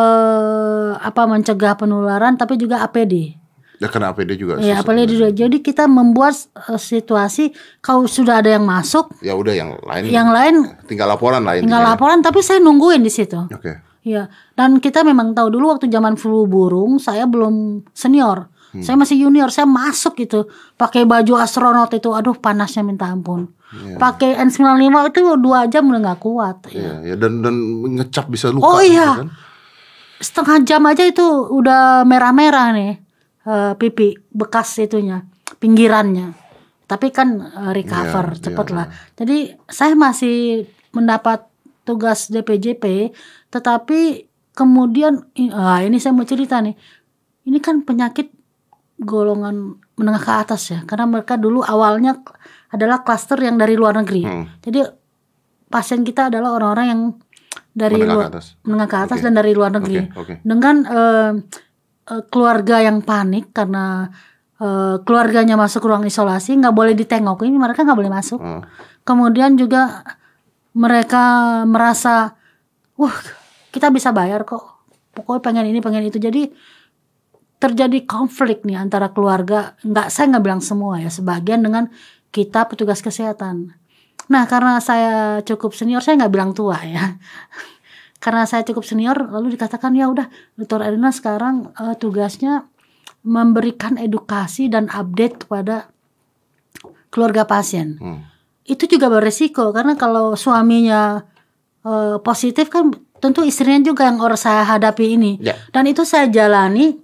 eh, apa mencegah penularan, tapi juga A P D. Ya karena A P D juga. Ya A P D juga. Jadi kita membuat uh, situasi kalau sudah ada yang masuk, ya udah yang lain. Yang lain tinggal laporan lain. Tinggal laporan, tapi saya nungguin di situ. Oke. Okay. Ya, dan kita memang tahu dulu waktu zaman flu burung, saya belum senior. Hmm. Saya masih junior, saya masuk gitu pakai baju astronot itu, aduh panasnya minta ampun. Yeah. Pakai N sembilan puluh lima itu dua jam udah nggak kuat. Yeah, ya. Ya, dan dan ngecap bisa luka. Oh iya, kan? Setengah jam aja itu udah merah-merah nih uh, pipi bekas itunya, pinggirannya. Tapi kan uh, recover yeah, cepet yeah. lah. Jadi saya masih mendapat tugas D P J P, tetapi kemudian uh, ini saya mau cerita nih, ini kan penyakit golongan menengah ke atas ya, karena mereka dulu awalnya adalah klaster yang dari luar negeri. Hmm. Jadi pasien kita adalah orang-orang yang dari menengah luar, ke atas, menengah ke atas okay. dan dari luar negeri. Okay. Okay. Dengan uh, uh, keluarga yang panik karena uh, keluarganya masuk ruang isolasi, nggak boleh ditengok, ini mereka nggak boleh masuk. Hmm. Kemudian juga mereka merasa, wah kita bisa bayar kok, pokoknya pengen ini pengen itu. Jadi terjadi konflik nih antara keluarga, nggak saya nggak bilang semua ya, sebagian dengan kita petugas kesehatan. Nah karena saya cukup senior, saya nggak bilang tua ya, karena saya cukup senior, lalu dikatakan ya udah, Dokter Erlina sekarang uh, tugasnya memberikan edukasi dan update kepada keluarga pasien. Hmm. Itu juga beresiko karena kalau suaminya uh, positif kan tentu istrinya juga yang orang saya hadapi ini, yeah. dan itu saya jalani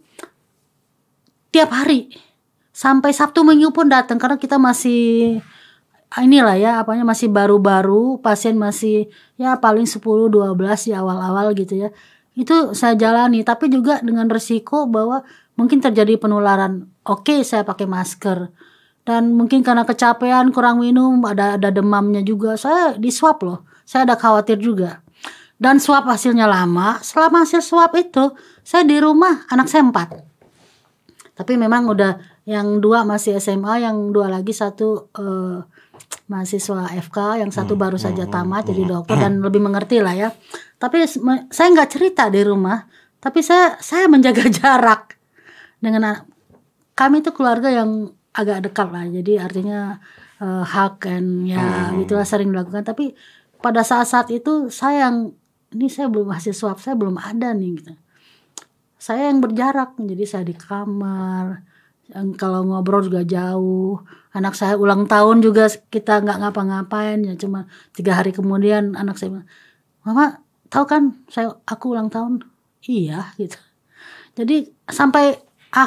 tiap hari sampai Sabtu Minggu pun datang karena kita masih inilah ya apanya masih baru-baru, pasien masih ya paling sepuluh dua belas di awal-awal gitu ya. Itu saya jalani, tapi juga dengan resiko bahwa mungkin terjadi penularan. Oke, saya pakai masker. Dan mungkin karena kecapean, kurang minum, ada ada demamnya juga. Saya di swab loh. Saya ada khawatir juga. Dan swab hasilnya lama. Selama hasil swab itu saya di rumah, anak saya empat. Tapi memang udah yang dua masih S M A, yang dua lagi satu uh, mahasiswa F K, yang satu baru saja tamat jadi dokter dan lebih mengerti lah ya. Tapi saya nggak cerita di rumah, tapi saya saya menjaga jarak dengan anak. Kami itu keluarga yang agak dekat lah, jadi artinya uh, hug and ya gitulah sering dilakukan. Tapi pada saat-saat itu saya yang ini saya belum hasil swab, saya belum ada nih gitu. Saya yang berjarak, jadi saya di kamar, yang kalau ngobrol juga jauh. Anak saya ulang tahun juga kita nggak ngapa-ngapain ya, cuma tiga hari kemudian anak saya bilang, Mama tahu kan saya aku ulang tahun, iya gitu. Jadi sampai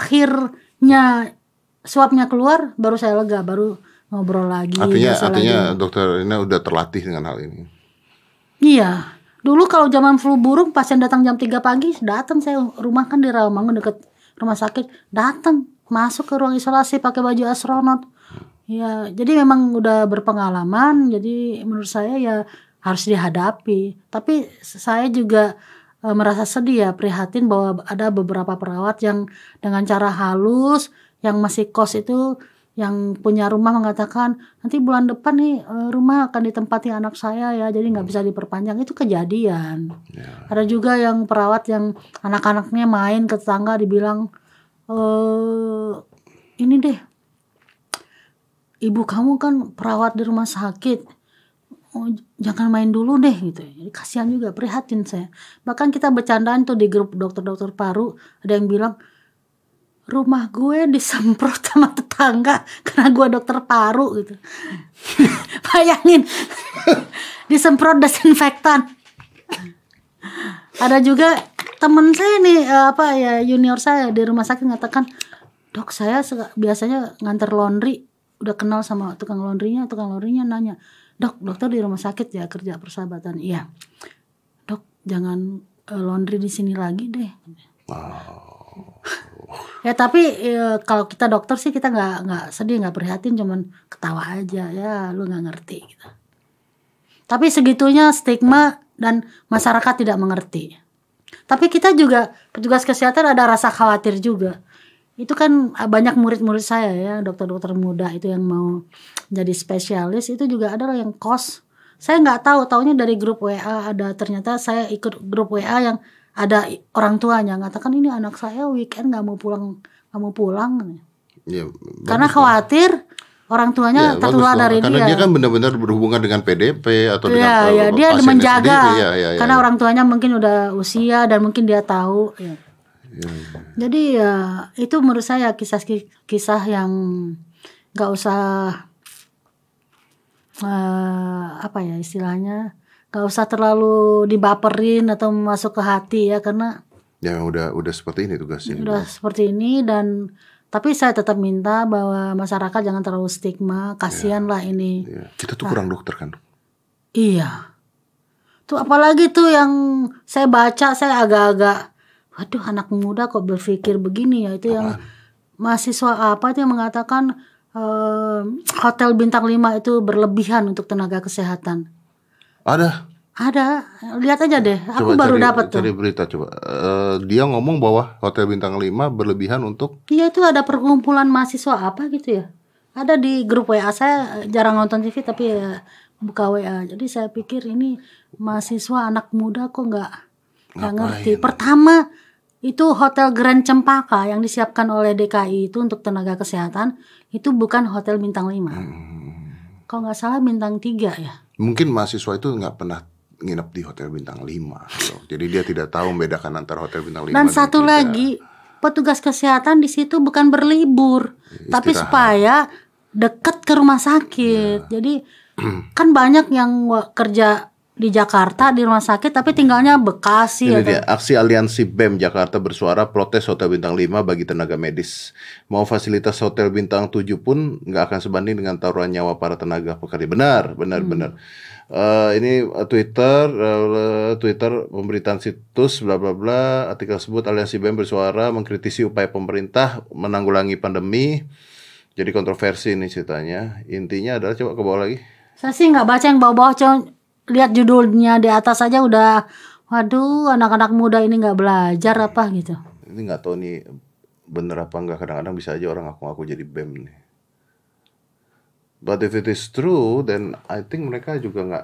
akhirnya swabnya keluar, baru saya lega, baru ngobrol lagi. Artinya, artinya lagi. Dokter ini udah terlatih dengan hal ini. Iya. Dulu kalau zaman flu burung pasien datang jam tiga pagi, datang saya rumah kan di Rawamangun dekat rumah sakit, datang masuk ke ruang isolasi pakai baju astronot. Ya, jadi memang udah berpengalaman, jadi menurut saya ya harus dihadapi. Tapi saya juga e, merasa sedih ya, prihatin bahwa ada beberapa perawat yang dengan cara halus, yang masih kos itu, yang punya rumah mengatakan nanti bulan depan nih rumah akan ditempati anak saya ya, jadi nggak bisa diperpanjang. Itu kejadian. Yeah. Ada juga yang perawat yang anak-anaknya main ke tetangga dibilang e, ini deh ibu kamu kan perawat di rumah sakit, oh, jangan main dulu deh gitu. Jadi kasihan juga, prihatin saya. Bahkan kita bercandaan tuh di grup dokter-dokter paru, ada yang bilang rumah gue disemprot sama tetangga karena gue dokter paru gitu. Bayangin disemprot desinfektan. Ada juga temen saya nih apa ya junior saya di rumah sakit mengatakan Dok saya biasanya nganter laundry, udah kenal sama tukang laundrynya, tukang laundrynya nanya, dok dokter di rumah sakit ya kerja Persahabatan, iya dok jangan uh, laundry di sini lagi deh. Oh. Ya tapi ya, kalau kita dokter sih kita nggak nggak sedih nggak prihatin, cuman ketawa aja ya lu nggak ngerti gitu. Tapi segitunya stigma dan masyarakat tidak mengerti. Tapi kita juga petugas kesehatan ada rasa khawatir juga. Itu kan banyak murid-murid saya ya dokter-dokter muda itu yang mau jadi spesialis itu juga ada yang kos. Saya nggak tahu, taunya dari grup W A ada, ternyata saya ikut grup W A yang ada orang tuanya ngatakan ini anak saya weekend nggak mau pulang nggak mau pulang ya, karena khawatir orang tuanya ya, tertular dari karena dia. Karena dia kan benar-benar berhubungan dengan P D P atau ya, dengan ya, dia menjaga ya, ya, ya, karena ya. orang tuanya mungkin udah usia dan mungkin dia tahu ya. Ya, ya. Jadi ya itu menurut saya kisah-kisah yang nggak usah uh, apa ya istilahnya, nggak usah terlalu dibaperin atau masuk ke hati ya, karena ya udah udah seperti ini tugasnya. Udah juga. Seperti ini dan tapi saya tetap minta bahwa masyarakat jangan terlalu stigma, kasihan ya, lah ini. Ya. Kita tuh kurang nah, dokter kan. Iya. Tuh apalagi tuh yang saya baca saya agak-agak, waduh anak muda kok berpikir begini ya, itu Apaan? Yang mahasiswa apa itu yang mengatakan uh, hotel bintang lima itu berlebihan untuk tenaga kesehatan. Ada. Ada, lihat aja deh. Aku coba baru cari, dapat tuh. Cari berita coba. Uh, dia ngomong bahwa hotel bintang lima berlebihan untuk. Iya itu ada perkumpulan mahasiswa apa gitu ya. Ada di grup W A, saya jarang nonton T V tapi ya buka W A. Jadi saya pikir ini mahasiswa anak muda kok nggak nggak ngerti. Pertama itu hotel Grand Cempaka yang disiapkan oleh D K I itu untuk tenaga kesehatan itu bukan hotel bintang lima. Hmm. Kalau nggak salah bintang tiga ya. Mungkin mahasiswa itu nggak pernah nginep di hotel bintang lima, so. Jadi dia tidak tahu membedakan antara hotel bintang lima dan, dan satu tidak. Lagi petugas kesehatan di situ bukan berlibur, istirahat. Tapi supaya dekat ke rumah sakit. Ya. Jadi kan banyak yang kerja di Jakarta di rumah sakit tapi tinggalnya Bekasi. Ini dia, aksi aliansi B E M Jakarta bersuara protes hotel bintang lima bagi tenaga medis. Mau fasilitas hotel bintang tujuh pun nggak akan sebanding dengan taruhan nyawa para tenaga pekerja. Benar, benar, hmm. benar. Uh, ini uh, Twitter, uh, Twitter pemberitaan situs bla bla bla. Artikel tersebut aliansi B E M bersuara mengkritisi upaya pemerintah menanggulangi pandemi. Jadi kontroversi ini ceritanya. Intinya adalah coba ke bawah lagi. Saya sih nggak baca yang bawah-bawah, cuma lihat judulnya di atas aja udah, waduh anak-anak muda ini nggak belajar apa gitu. Ini nggak tahu nih bener apa nggak, kadang-kadang bisa aja orang ngaku-ngaku jadi B E M nih. But if it is true, then I think mereka juga nggak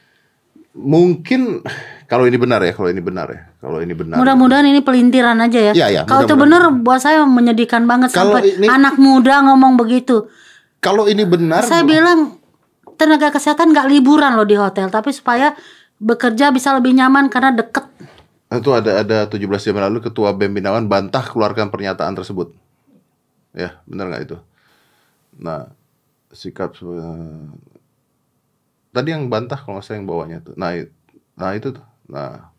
mungkin kalau ini benar ya, kalau ini benar ya, kalau ini benar. Mudah-mudahan ini pelintiran aja ya. Ya, ya kalau itu benar, buat saya menyedihkan banget kalau sampai ini, anak muda ngomong begitu. Kalau ini benar, saya bu- bilang tenaga kesehatan nggak liburan loh di hotel, tapi supaya bekerja bisa lebih nyaman karena deket. Itu ada ada tujuh belas jam lalu Ketua B E M Binawan bantah keluarkan pernyataan tersebut. Ya, benar nggak itu? Nah. Sikap uh, tadi yang bantah kalau saya yang bawahnya tuh, nah, nah itu tuh, nah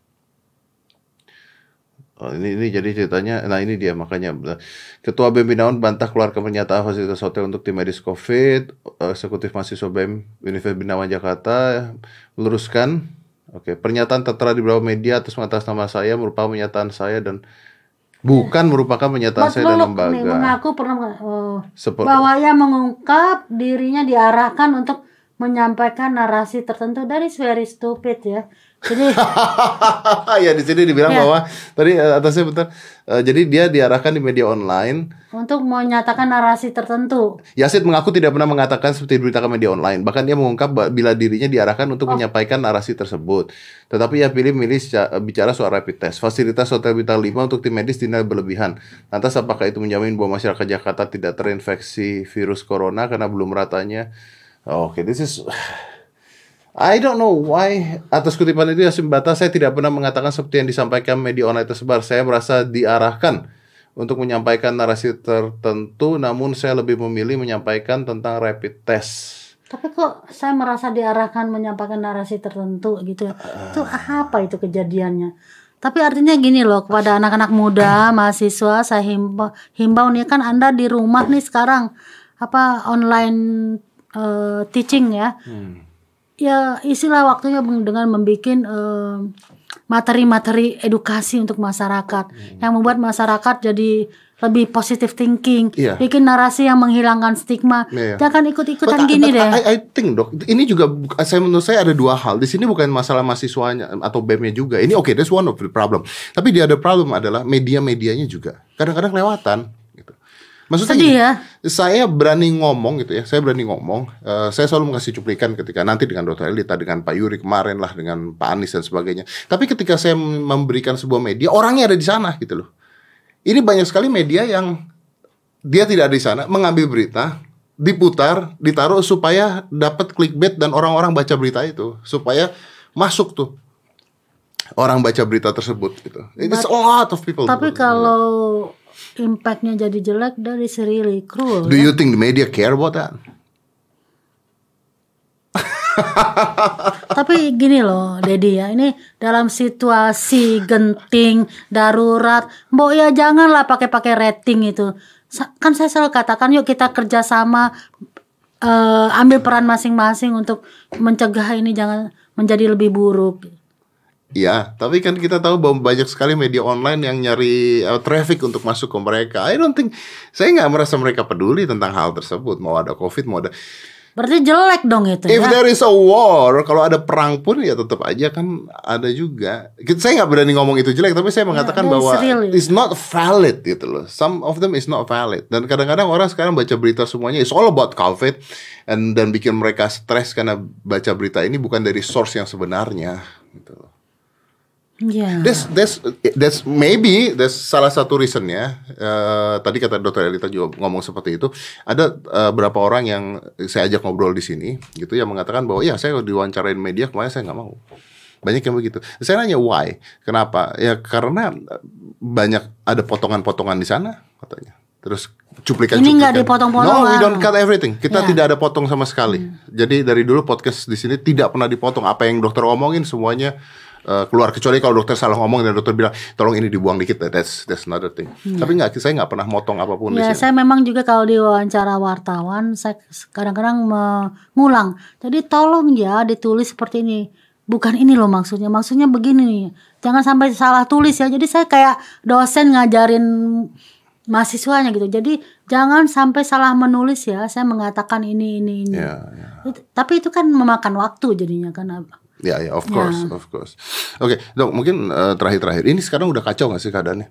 oh, ini ini jadi ceritanya, nah ini dia makanya Ketua B E M Binawan bantah keluarkan pernyataan fasilitas hotel untuk tim medis COVID. Eksekutif mahasiswa B E M Universitas Binawan Jakarta meluruskan, oke okay, pernyataan tertera di beberapa media atas atas nama saya merupakan pernyataan saya dan bukan merupakan pernyataan Mas saya dan lembaga. Nih, mengaku pernah uh, bahwa ia mengungkap dirinya diarahkan untuk menyampaikan narasi tertentu. Dari very stupid ya. Jadi ya di sini dibilang ya. Bahwa tadi atasnya bentar. Uh, jadi dia diarahkan di media online untuk menyatakan narasi tertentu. Yasid mengaku tidak pernah mengatakan seperti diberitakan media online. Bahkan dia mengungkap bila dirinya diarahkan untuk oh. menyampaikan narasi tersebut. Tetapi ia pilih-milih bicara soal rapid test. Fasilitas hotel bintang lima untuk tim medis dinilai berlebihan. Lantas apakah itu menjamin bahwa masyarakat Jakarta tidak terinfeksi virus corona karena belum ratanya? Oke, okay, this is I don't know why. Atas kutipan itu Yasin Bata, saya tidak pernah mengatakan seperti yang disampaikan media online tersebar. Saya merasa diarahkan untuk menyampaikan narasi tertentu, namun saya lebih memilih menyampaikan tentang rapid test. Tapi kok saya merasa diarahkan menyampaikan narasi tertentu gitu ya? Uh, itu apa itu kejadiannya? Tapi artinya gini loh, kepada anak-anak muda, mahasiswa, saya himbau, himbau nih kan Anda di rumah nih sekarang apa online uh, teaching ya. Hmm. Ya isilah waktunya dengan membuat uh, materi-materi edukasi untuk masyarakat hmm. yang membuat masyarakat jadi lebih positive thinking, yeah. bikin narasi yang menghilangkan stigma. Yeah, yeah. Jangan ikut-ikutan but, gini but deh. I, I think dok, ini juga saya menurut saya ada dua hal. Di sini bukan masalah mahasiswanya atau B E M-nya juga. Ini oke, okay, that's one of the problem. Tapi dia ada problem adalah media-medianya juga. Kadang-kadang kelewatan. Gitu. Maksudnya sedih ini, ya. Saya berani ngomong gitu ya. Saya berani ngomong. Uh, saya selalu mengasih cuplikan ketika nanti dengan dokter Elita, dengan Pak Yuri kemarin lah, dengan Pak Anies dan sebagainya. Tapi ketika saya memberikan sebuah media, orangnya ada di sana gitu loh. Ini banyak sekali media yang dia tidak ada di sana, mengambil berita, diputar, ditaruh supaya dapat clickbait dan orang-orang baca berita itu, supaya masuk tuh orang baca berita tersebut gitu. It's a lot of people. Tapi kalau impactnya jadi jelek, that is really cruel. Do you think the media care about that? Tapi gini loh Dedi ya, ini dalam situasi genting, darurat, mbok ya janganlah pakai-pakai rating itu. Kan saya selalu katakan yuk kita kerjasama, uh, ambil peran masing-masing untuk mencegah ini jangan menjadi lebih buruk. Iya, tapi kan kita tahu bahwa banyak sekali media online yang nyari uh, traffic untuk masuk ke mereka. I don't think, saya nggak merasa mereka peduli tentang hal tersebut. Mau ada COVID, mau ada. Berarti jelek dong itu. If ya? there is a war, kalau ada perang pun ya tetap aja kan ada juga. Saya nggak berani ngomong itu jelek, tapi saya mengatakan yeah, bahwa it's not valid gitu loh. Some of them is not valid. Dan kadang-kadang orang sekarang baca berita semuanya it's all about COVID, and dan bikin mereka stres karena baca berita ini bukan dari source yang sebenarnya gitu loh. Yeah. That's that's that's maybe that's salah satu reasonnya. Uh, tadi kata dokter Elita juga ngomong seperti itu. Ada uh, beberapa orang yang saya ajak ngobrol di sini, gitu, yang mengatakan bahwa ya saya diwawancarain media kemarin saya nggak mau. Banyak yang begitu. Saya nanya why, kenapa? Ya karena banyak ada potongan-potongan di sana katanya. Terus cuplikan-cuplikan. Ini nggak dipotong-potong. No, we don't cut everything. Kita yeah. tidak ada potong sama sekali. Hmm. Jadi dari dulu podcast di sini tidak pernah dipotong. Apa yang dokter omongin semuanya Uh, keluar, kecuali kalau dokter salah ngomong dan dokter bilang tolong ini dibuang dikit, that's that's another thing. Hmm. Tapi nggak, saya nggak pernah motong apapun ya, di sini. Saya memang juga kalau diwawancara wartawan saya kadang-kadang mengulang. Jadi tolong ya ditulis seperti ini. Bukan ini loh maksudnya, maksudnya begini nih. Jangan sampai salah tulis ya. Jadi saya kayak dosen ngajarin mahasiswanya gitu. Jadi jangan sampai salah menulis ya. Saya mengatakan ini ini ini. Ya, ya. Itu, tapi itu kan memakan waktu jadinya kan. Ya, ya, of course, ya. of course. Oke, okay, dok, mungkin uh, terakhir-terakhir ini sekarang udah kacau nggak sih keadaannya?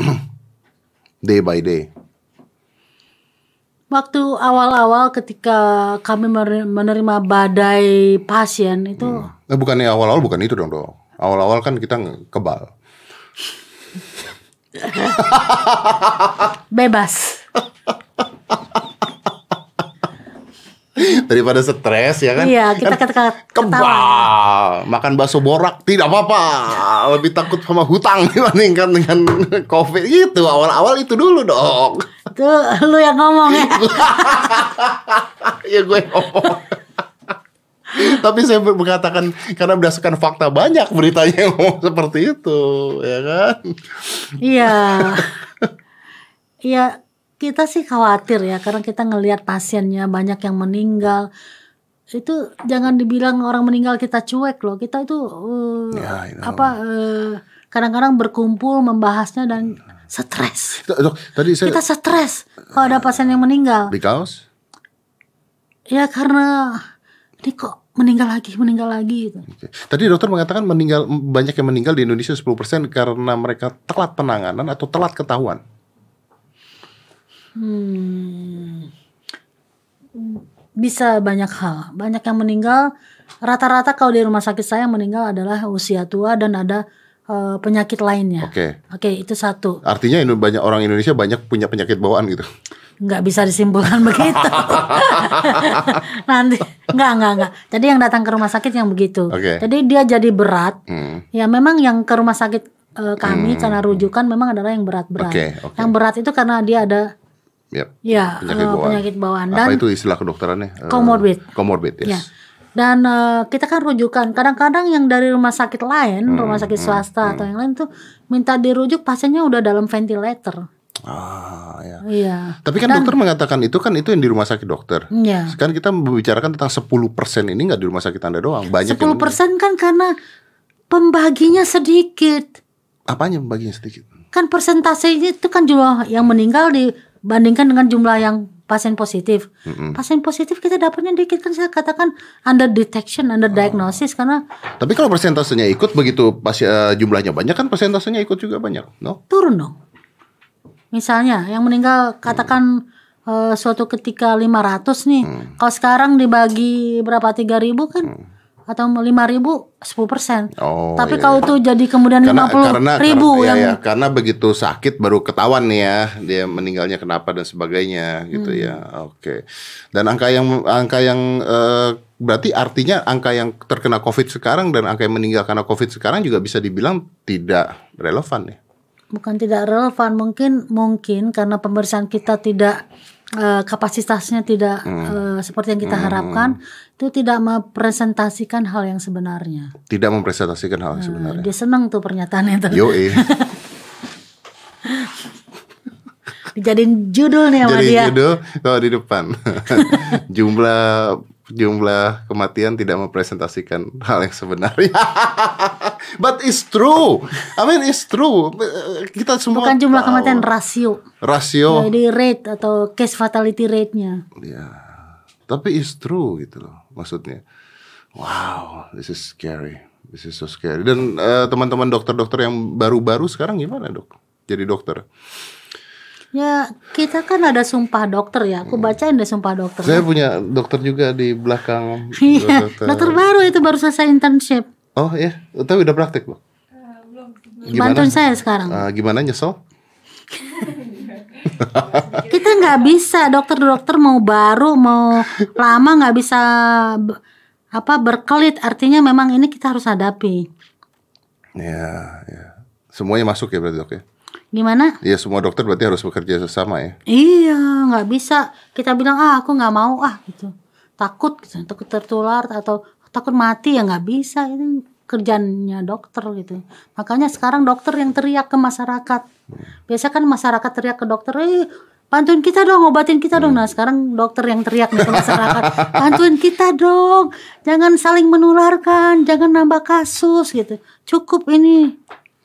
Day by day. Waktu awal-awal ketika kami menerima badai pasien itu. Hmm. Eh, bukannya awal-awal bukan itu dong, dok. Awal-awal kan kita kebal. Bebas. Daripada stres ya kan. Iya, kita kan ketawa. Kebal, makan bakso borak tidak apa-apa. Lebih takut sama hutang dibandingkan dengan COVID gitu. Awal-awal itu dulu dong. Itu lu yang ngomong ya. Ya gue ngomong. Tapi saya mengatakan karena berdasarkan fakta banyak beritanya yang ngomong seperti itu, ya kan? Iya. Iya. Kita sih khawatir ya karena kita ngelihat pasiennya banyak yang meninggal. Itu jangan dibilang orang meninggal kita cuek loh. Kita itu uh, ya, apa uh, kadang-kadang berkumpul membahasnya dan stres. Dok, tadi saya... Kita stres kalau ada pasien yang meninggal. Because? Ya karena ini kok meninggal lagi, meninggal lagi gitu. Okay. Tadi dokter mengatakan meninggal banyak yang meninggal di Indonesia sepuluh persen karena mereka telat penanganan atau telat ketahuan. Hmm, bisa banyak hal. Banyak yang meninggal. Rata-rata kalau di rumah sakit saya yang meninggal adalah usia tua dan ada uh, penyakit lainnya. Oke. Okay. Oke, okay, itu satu. Artinya banyak orang Indonesia banyak punya penyakit bawaan gitu. Nggak bisa disimpulkan begitu. Nanti nggak nggak nggak. Jadi yang datang ke rumah sakit yang begitu. Okay. Jadi dia jadi berat. Hmm. Ya memang yang ke rumah sakit uh, kami hmm. karena rujukan memang adalah yang berat-berat. Okay, okay. Yang berat itu karena dia ada Yep. Ya, penyakit bawaan. penyakit bawaan dan apa itu istilah kedokterannya? Comorbid. Uh, comorbid, yes. Ya. Dan uh, kita kan rujukan. Kadang-kadang yang dari rumah sakit lain, hmm, rumah sakit swasta hmm, atau yang lain tuh minta dirujuk pasiennya udah dalam ventilator. Ah, ya. Iya. Tapi kan Dan, dokter mengatakan itu kan itu yang di rumah sakit dokter. Iya. Sekarang kita membicarakan tentang sepuluh persen ini nggak di rumah sakit Anda doang, banyak. sepuluh persen kan karena pembaginya sedikit. Apanya pembaginya sedikit? Kan persentase itu kan jumlah yang meninggal dibandingkan dengan jumlah yang pasien positif. Mm-hmm. Pasien positif kita dapatnya dikit kan, saya katakan under detection, under oh. diagnosis karena. Tapi kalau persentasenya ikut begitu pasien uh, jumlahnya banyak kan persentasenya ikut juga banyak, no? Turun dong. Misalnya yang meninggal katakan hmm. uh, suatu ketika lima ratus nih. Hmm. Kalau sekarang dibagi berapa tiga ribu kan hmm. atau lima ribu sepuluh persen. Oh, tapi iya, kalau iya. itu jadi kemudian lima puluh ribu karena, yang iya, iya. Karena begitu sakit baru ketahuan nih ya dia meninggalnya kenapa dan sebagainya gitu hmm. ya. Oke. Dan angka yang angka yang uh, berarti artinya angka yang terkena COVID sekarang dan angka yang meninggal karena COVID sekarang juga bisa dibilang tidak relevan ya. Bukan tidak relevan, mungkin mungkin karena pemeriksaan kita tidak uh, kapasitasnya tidak hmm. uh, seperti yang kita hmm. harapkan, itu tidak mempresentasikan hal yang sebenarnya. Tidak mempresentasikan hal yang sebenarnya. Uh, dia senang tuh pernyataannya tuh. Yo eh. Dijadiin judul nih sama Jadi dia. judul oh, di depan. Jumlah jumlah kematian tidak mempresentasikan hal yang sebenarnya. But it's true. I mean it's true. Kita semua bukan jumlah tahu. Kematian, rasio. Rasio. Jadi rate atau case fatality rate-nya. Ya. Tapi it's true gitu loh maksudnya. Wow, this is scary. This is so scary. Dan uh, teman-teman dokter-dokter yang baru-baru sekarang gimana, Dok? Jadi dokter. Ya kita kan ada sumpah dokter ya. Aku bacain deh sumpah dokter. Saya punya dokter juga di belakang. Iya, dokter. dokter baru itu baru selesai internship. Oh iya, tapi udah praktek loh. Uh, belum. Bantuin saya sekarang. Uh, gimana nyesel? Kita nggak bisa dokter-dokter mau baru mau lama nggak bisa apa berkelit. Artinya memang ini kita harus hadapi. Ya, ya. Semuanya masuk ya berarti dok ya. Gimana? Iya semua dokter berarti harus bekerja sama ya. Iya nggak bisa kita bilang ah aku nggak mau ah gitu takut gitu takut tertular atau takut mati ya nggak bisa itu kerjanya dokter gitu. Makanya sekarang dokter yang teriak ke masyarakat. Biasa kan masyarakat teriak ke dokter, eh bantuin kita dong, obatin kita dong. Nah sekarang dokter yang teriak nih ke masyarakat, bantuin kita dong, jangan saling menularkan, jangan nambah kasus gitu. Cukup ini.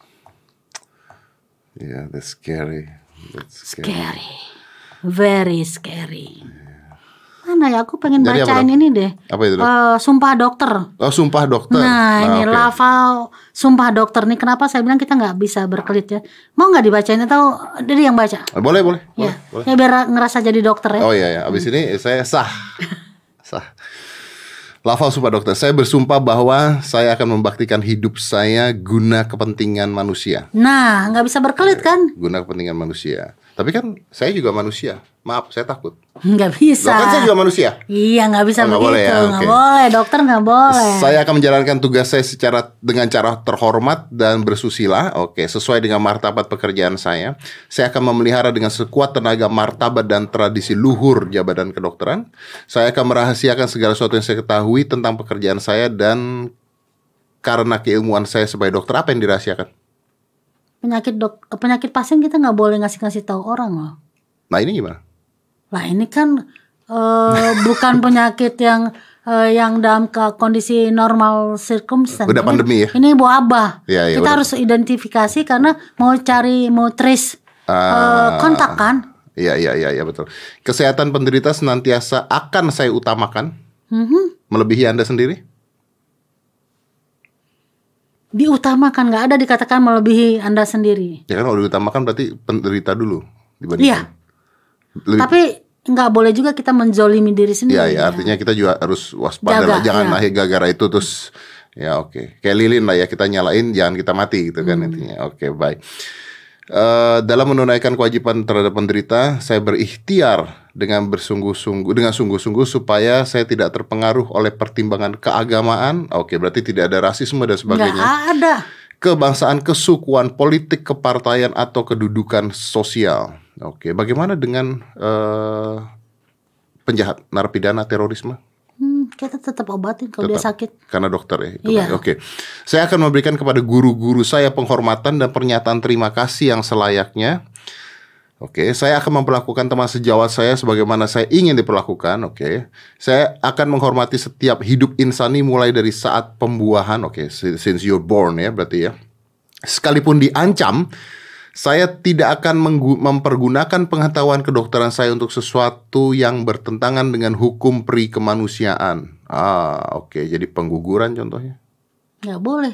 Yeah, that's scary. That's scary. Scary. Very scary. Mana ya, aku pengen Jadi bacain apa, ini deh. Apa itu, Dok? Uh, sumpah dokter. Oh, sumpah dokter. Nah, nah ini okay. lafal sumpah dokter nih. Kenapa saya bilang kita nggak bisa berkelit ya? Mau nggak dibacain atau Dedi yang baca? Boleh, boleh. Ya, boleh. ya biar ngerasa jadi dokter ya. Oh iya, ya. Abis hmm. ini saya sah. Sah. Lafal sumpah dokter. Saya bersumpah bahwa saya akan membaktikan hidup saya guna kepentingan manusia. Nah, nggak bisa berkelit kan? Guna kepentingan manusia. Tapi kan saya juga manusia. Maaf, saya takut. Nggak bisa. Loh, kan saya juga manusia. Iya, nggak bisa oh, begitu. Boleh, ya? Nggak okay. boleh, dokter nggak boleh. Saya akan menjalankan tugas saya secara dengan cara terhormat dan bersusila. Oke, sesuai dengan martabat pekerjaan saya. Saya akan memelihara dengan sekuat tenaga martabat dan tradisi luhur jabatan kedokteran. Saya akan merahasiakan segala sesuatu yang saya ketahui tentang pekerjaan saya dan karena keilmuan saya sebagai dokter, apa yang dirahasiakan? Penyakit dok, penyakit pasien kita nggak boleh ngasih-ngasih tahu orang loh. Nah ini gimana? Lah ini kan uh, bukan penyakit yang uh, yang dalam kondisi normal circumstance. Udah pandemi ya? Ini wabah. Ya, ya, kita udah. harus identifikasi karena mau cari mau trace uh, uh, kontak kan. Iya iya iya ya, betul. Kesehatan penderita senantiasa akan saya utamakan. Mm-hmm. Melebihi Anda sendiri? Diutamakan, nggak ada dikatakan melebihi Anda sendiri. Ya kan kalau diutamakan berarti penderita dulu dibandingkan. Iya. Lebih... Tapi nggak boleh juga kita menzolimi diri sendiri. Iya, ya, artinya kita juga harus waspada Jaga, lah, jangan ya. lah gara-gara itu terus ya oke. Okay. Kayak lilin lah ya, kita nyalain jangan kita mati gitu kan hmm. intinya. Oke, okay, baik. Uh, dalam menunaikan kewajiban terhadap penderita, saya berikhtiar dengan bersungguh-sungguh dengan sungguh-sungguh supaya saya tidak terpengaruh oleh pertimbangan keagamaan. Oke, okay, berarti tidak ada rasisme dan sebagainya. Nggak ada. Kebangsaan, kesukuan, politik, kepartaian atau kedudukan sosial. Oke, bagaimana dengan uh, penjahat, narapidana, terorisme? Hmm, kita tetap obatin kalau dia Tetap. sakit. Karena dokter ya. Itu Iya. kan. Oke. Saya akan memberikan kepada guru-guru saya penghormatan dan pernyataan terima kasih yang selayaknya. Oke, saya akan memperlakukan teman sejawat saya sebagaimana saya ingin diperlakukan. Oke, saya akan menghormati setiap hidup insani mulai dari saat pembuahan. Oke, since you're born ya berarti ya. Sekalipun diancam, saya tidak akan menggu- mempergunakan pengetahuan kedokteran saya untuk sesuatu yang bertentangan dengan hukum pri kemanusiaan. Ah, oke, jadi pengguguran contohnya. Nggak boleh.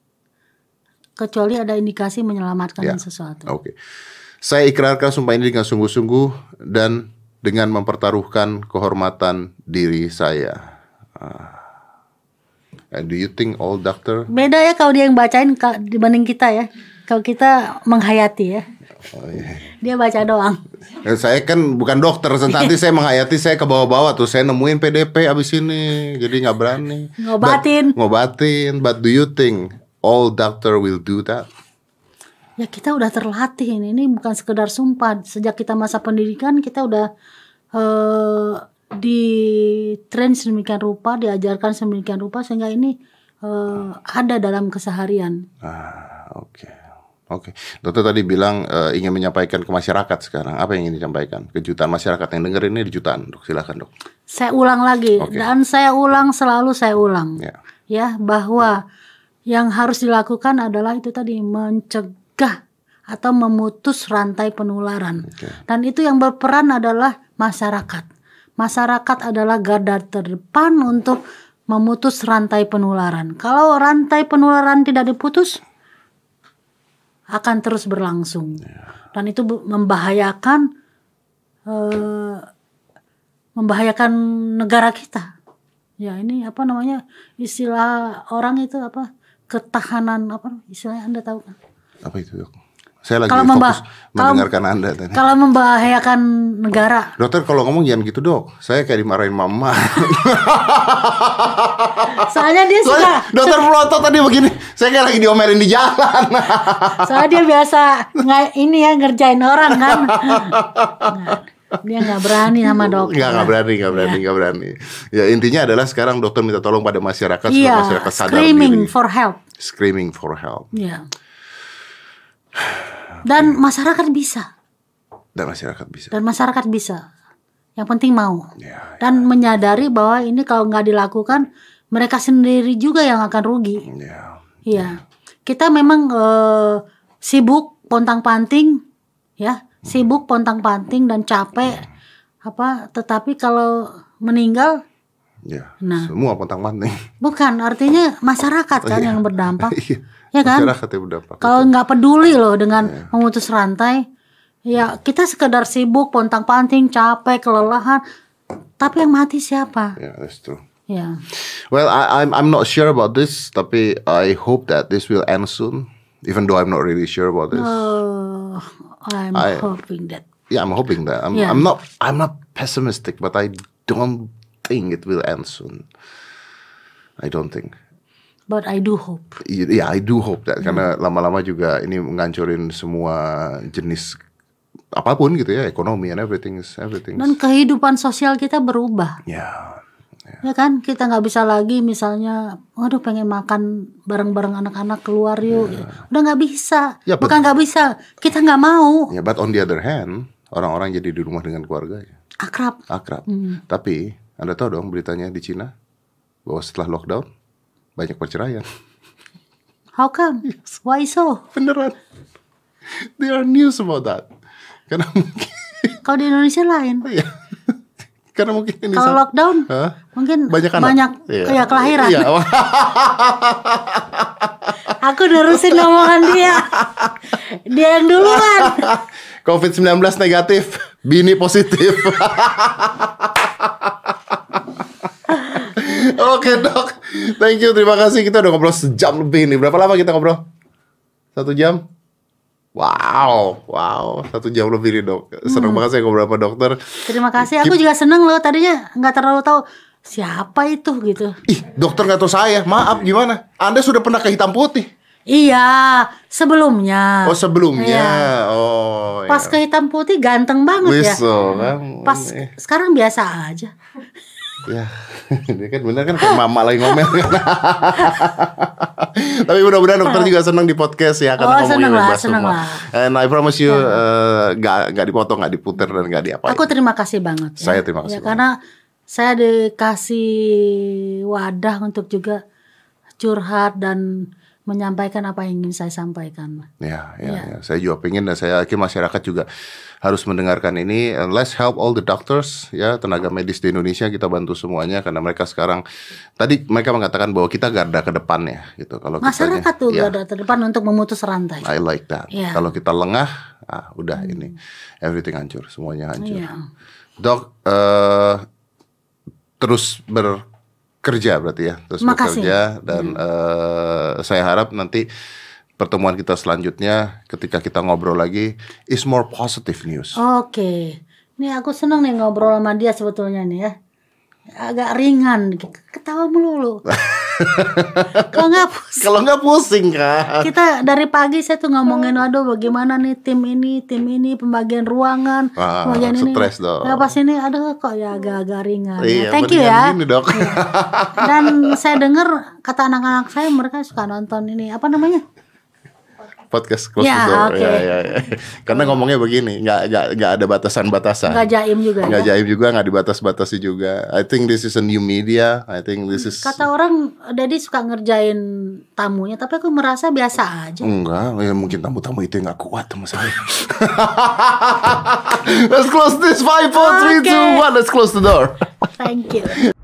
Kecuali ada indikasi menyelamatkan Ya. sesuatu. Oke. Saya ikrarkan sumpah ini dengan sungguh-sungguh dan dengan mempertaruhkan kehormatan diri saya. Ah. And do you think all doctor? Beda ya kalau dia yang bacain ka- dibanding kita ya. Kalau kita menghayati ya. Oh, iya. Dia baca doang. Eh, Saya kan bukan dokter, nanti saya menghayati, saya ke bawah-bawah tuh, saya nemuin P D P abis ini, jadi nggak berani. Ngobatin. But, ngobatin. But do you think all doctor will do that? Ya kita udah terlatih ini. Ini bukan sekedar sumpah. Sejak kita masa pendidikan kita udah eh, di train sedemikian rupa, diajarkan sedemikian rupa sehingga ini eh, ada dalam keseharian. Ah, oke. Oke, dokter tadi bilang eh, ingin menyampaikan ke masyarakat sekarang. Apa yang ingin disampaikan? Kejutaan masyarakat yang denger ini jutaan, dok. Silakan, dok. Saya ulang lagi Oke. dan saya ulang selalu saya ulang. Ya. Ya, bahwa yang harus dilakukan adalah itu tadi mencegah atau memutus rantai penularan. Oke. Dan itu yang berperan adalah masyarakat. Masyarakat adalah garda terdepan untuk memutus rantai penularan. Kalau rantai penularan tidak diputus, akan terus berlangsung. Dan itu bu- membahayakan eh, membahayakan negara kita. Ya, ini apa namanya? Istilah orang itu apa? Ketahanan apa istilahnya, Anda tahu kan? Apa itu, dok? Saya lagi Kalau fokus membah- kalau- mendengarkan Anda tadi. Kalau membahayakan negara. Dokter kalau ngomong jangan gitu, dok. Saya kayak dimarahin mama. Soalnya dia suka Soalnya dokter melotot tadi begini. Saya kayak lagi diomelin di jalan. soalnya dia biasa nggak ini ya ngerjain orang kan. Nah, dia nggak berani sama dokter. Enggak, enggak berani, enggak berani, enggak berani. Ya intinya adalah sekarang dokter minta tolong pada masyarakat supaya Iya, masyarakat sadar screaming diri. for help. Screaming for help. Iya. Dan masyarakat bisa. Dan masyarakat bisa. Dan masyarakat bisa. Yang penting mau. Ya, Dan menyadari bahwa ini kalau nggak dilakukan, mereka sendiri juga yang akan rugi. ya. Iya. Kita memang eh, sibuk pontang-panting, ya, sibuk pontang-panting dan capek, apa? Tetapi kalau meninggal, Ya. Nah. Semua pontang-panting. bukan artinya masyarakat kan yang berdampak, Iya. ya kan? Masyarakat yang berdampak. Kalau nggak peduli loh dengan memutus rantai, ya kita sekedar sibuk pontang-panting, capek, kelelahan, tapi yang mati siapa? Ya, that's true. Ya, Well, I, I'm I'm not sure about this, tapi I hope that this will end soon. Even though I'm not really sure about this. oh, I'm I- hoping that. Yeah, I'm hoping that. I'm Yeah. I'm not I'm not pessimistic, but I don't think it will end soon. I don't think. But I do hope. Iya, yeah, I do hope that karena lama-lama juga ini ngancurin semua jenis apapun gitu ya, ekonomi and everything is everything. Dan kehidupan sosial kita berubah, Ya, ya kan? Kita nggak bisa lagi misalnya, waduh pengen makan bareng-bareng anak-anak keluar yuk, udah nggak bisa. Ya, Bukan nggak bisa, kita nggak mau. ya, but on the other hand, orang-orang jadi di rumah dengan keluarganya, Akrab. akrab. Hmm. Tapi Anda tahu dong beritanya di Cina bahwa setelah lockdown banyak perceraian. How come? Why so? Beneran. There are news about that. Karena mungkin, Kalau di Indonesia lain. ya, karena mungkin ini Kalau sama- lockdown, Hah? mungkin banyak anak. banyak Iya. ya kelahiran. Iya. Aku nerusin omongan dia. Dia yang duluan. covid sembilan belas negatif, bini positif. Oke dok, thank you, terima kasih. Kita udah ngobrol sejam lebih nih. Berapa lama kita ngobrol? Satu jam? Wow, wow, satu jam lebih nih dok. Seneng banget saya ngobrol sama dokter. Terima kasih. Aku juga seneng loh. Tadinya nggak terlalu tahu siapa itu gitu. Ih, dokter nggak tahu saya. Maaf, gimana? Anda sudah pernah ke hitam putih? Iya, sebelumnya. Oh sebelumnya. Iya. Oh. Pas iya. ke hitam putih ganteng banget ya. Wiso, kan? Pas sekarang biasa aja. Ya, ini kan bener kan kayak mama lagi ngomel kan. Tapi mudah-mudahan dokter juga senang di podcast ya karena Oh, ngomongnya seneng lah, bebas seneng semua. lah. And I promise you eh, gak, gak dipotong, gak diputer dan gak diapain. Aku terima kasih banget. Ya. Saya terima kasih Ya, karena saya dikasih wadah untuk juga curhat dan menyampaikan apa yang ingin saya sampaikan. Ya, ya, Ya. ya. Saya juga pengen dan saya yakin masyarakat juga harus mendengarkan ini. And let's help all the doctors, ya, tenaga medis di Indonesia, kita bantu semuanya karena mereka sekarang tadi mereka mengatakan bahwa kita garda ke depannya gitu. Kalau Masyarakat kitanya- tuh ya, garda terdepan untuk memutus rantai. I like that. Ya. Kalau kita lengah, ah udah ini everything hancur, semuanya hancur. Iya. Dok, eh, terus bekerja berarti ya, terus Makasih. bekerja dan eh, saya harap nanti pertemuan kita selanjutnya ketika kita ngobrol lagi is more positive news. Oke. Nih aku seneng nih ngobrol sama dia sebetulnya nih ya. Agak ringan, ketawa melulu. Kalau nggak pusing. Kalau nggak pusing kan? Kita dari pagi saya tuh ngomongin, aduh bagaimana nih tim ini, tim ini, pembagian ruangan, Wah, pembagian ini. stres dong. Ya pas ini, aduh kok ya agak-agak ringan. Iya, Ya, thank you mendingan ya. gini, Dok. Dan saya dengar kata anak-anak saya mereka suka nonton ini apa namanya? Podcast close Ya, the door. oke. Ya, ya, ya. Karena ngomongnya begini, nggak nggak nggak ada batasan-batasan. Nggak jaim juga Nggak ya. jaim juga, nggak dibatas-batasi juga. I think this is a new media. I think this is Kata orang Dedi suka ngerjain tamunya, tapi aku merasa biasa aja. enggak, ya mungkin tamu-tamu itu nggak kuat sama saya. Let's close this five, four, three, Oke. two, one. Let's close the door. Thank you.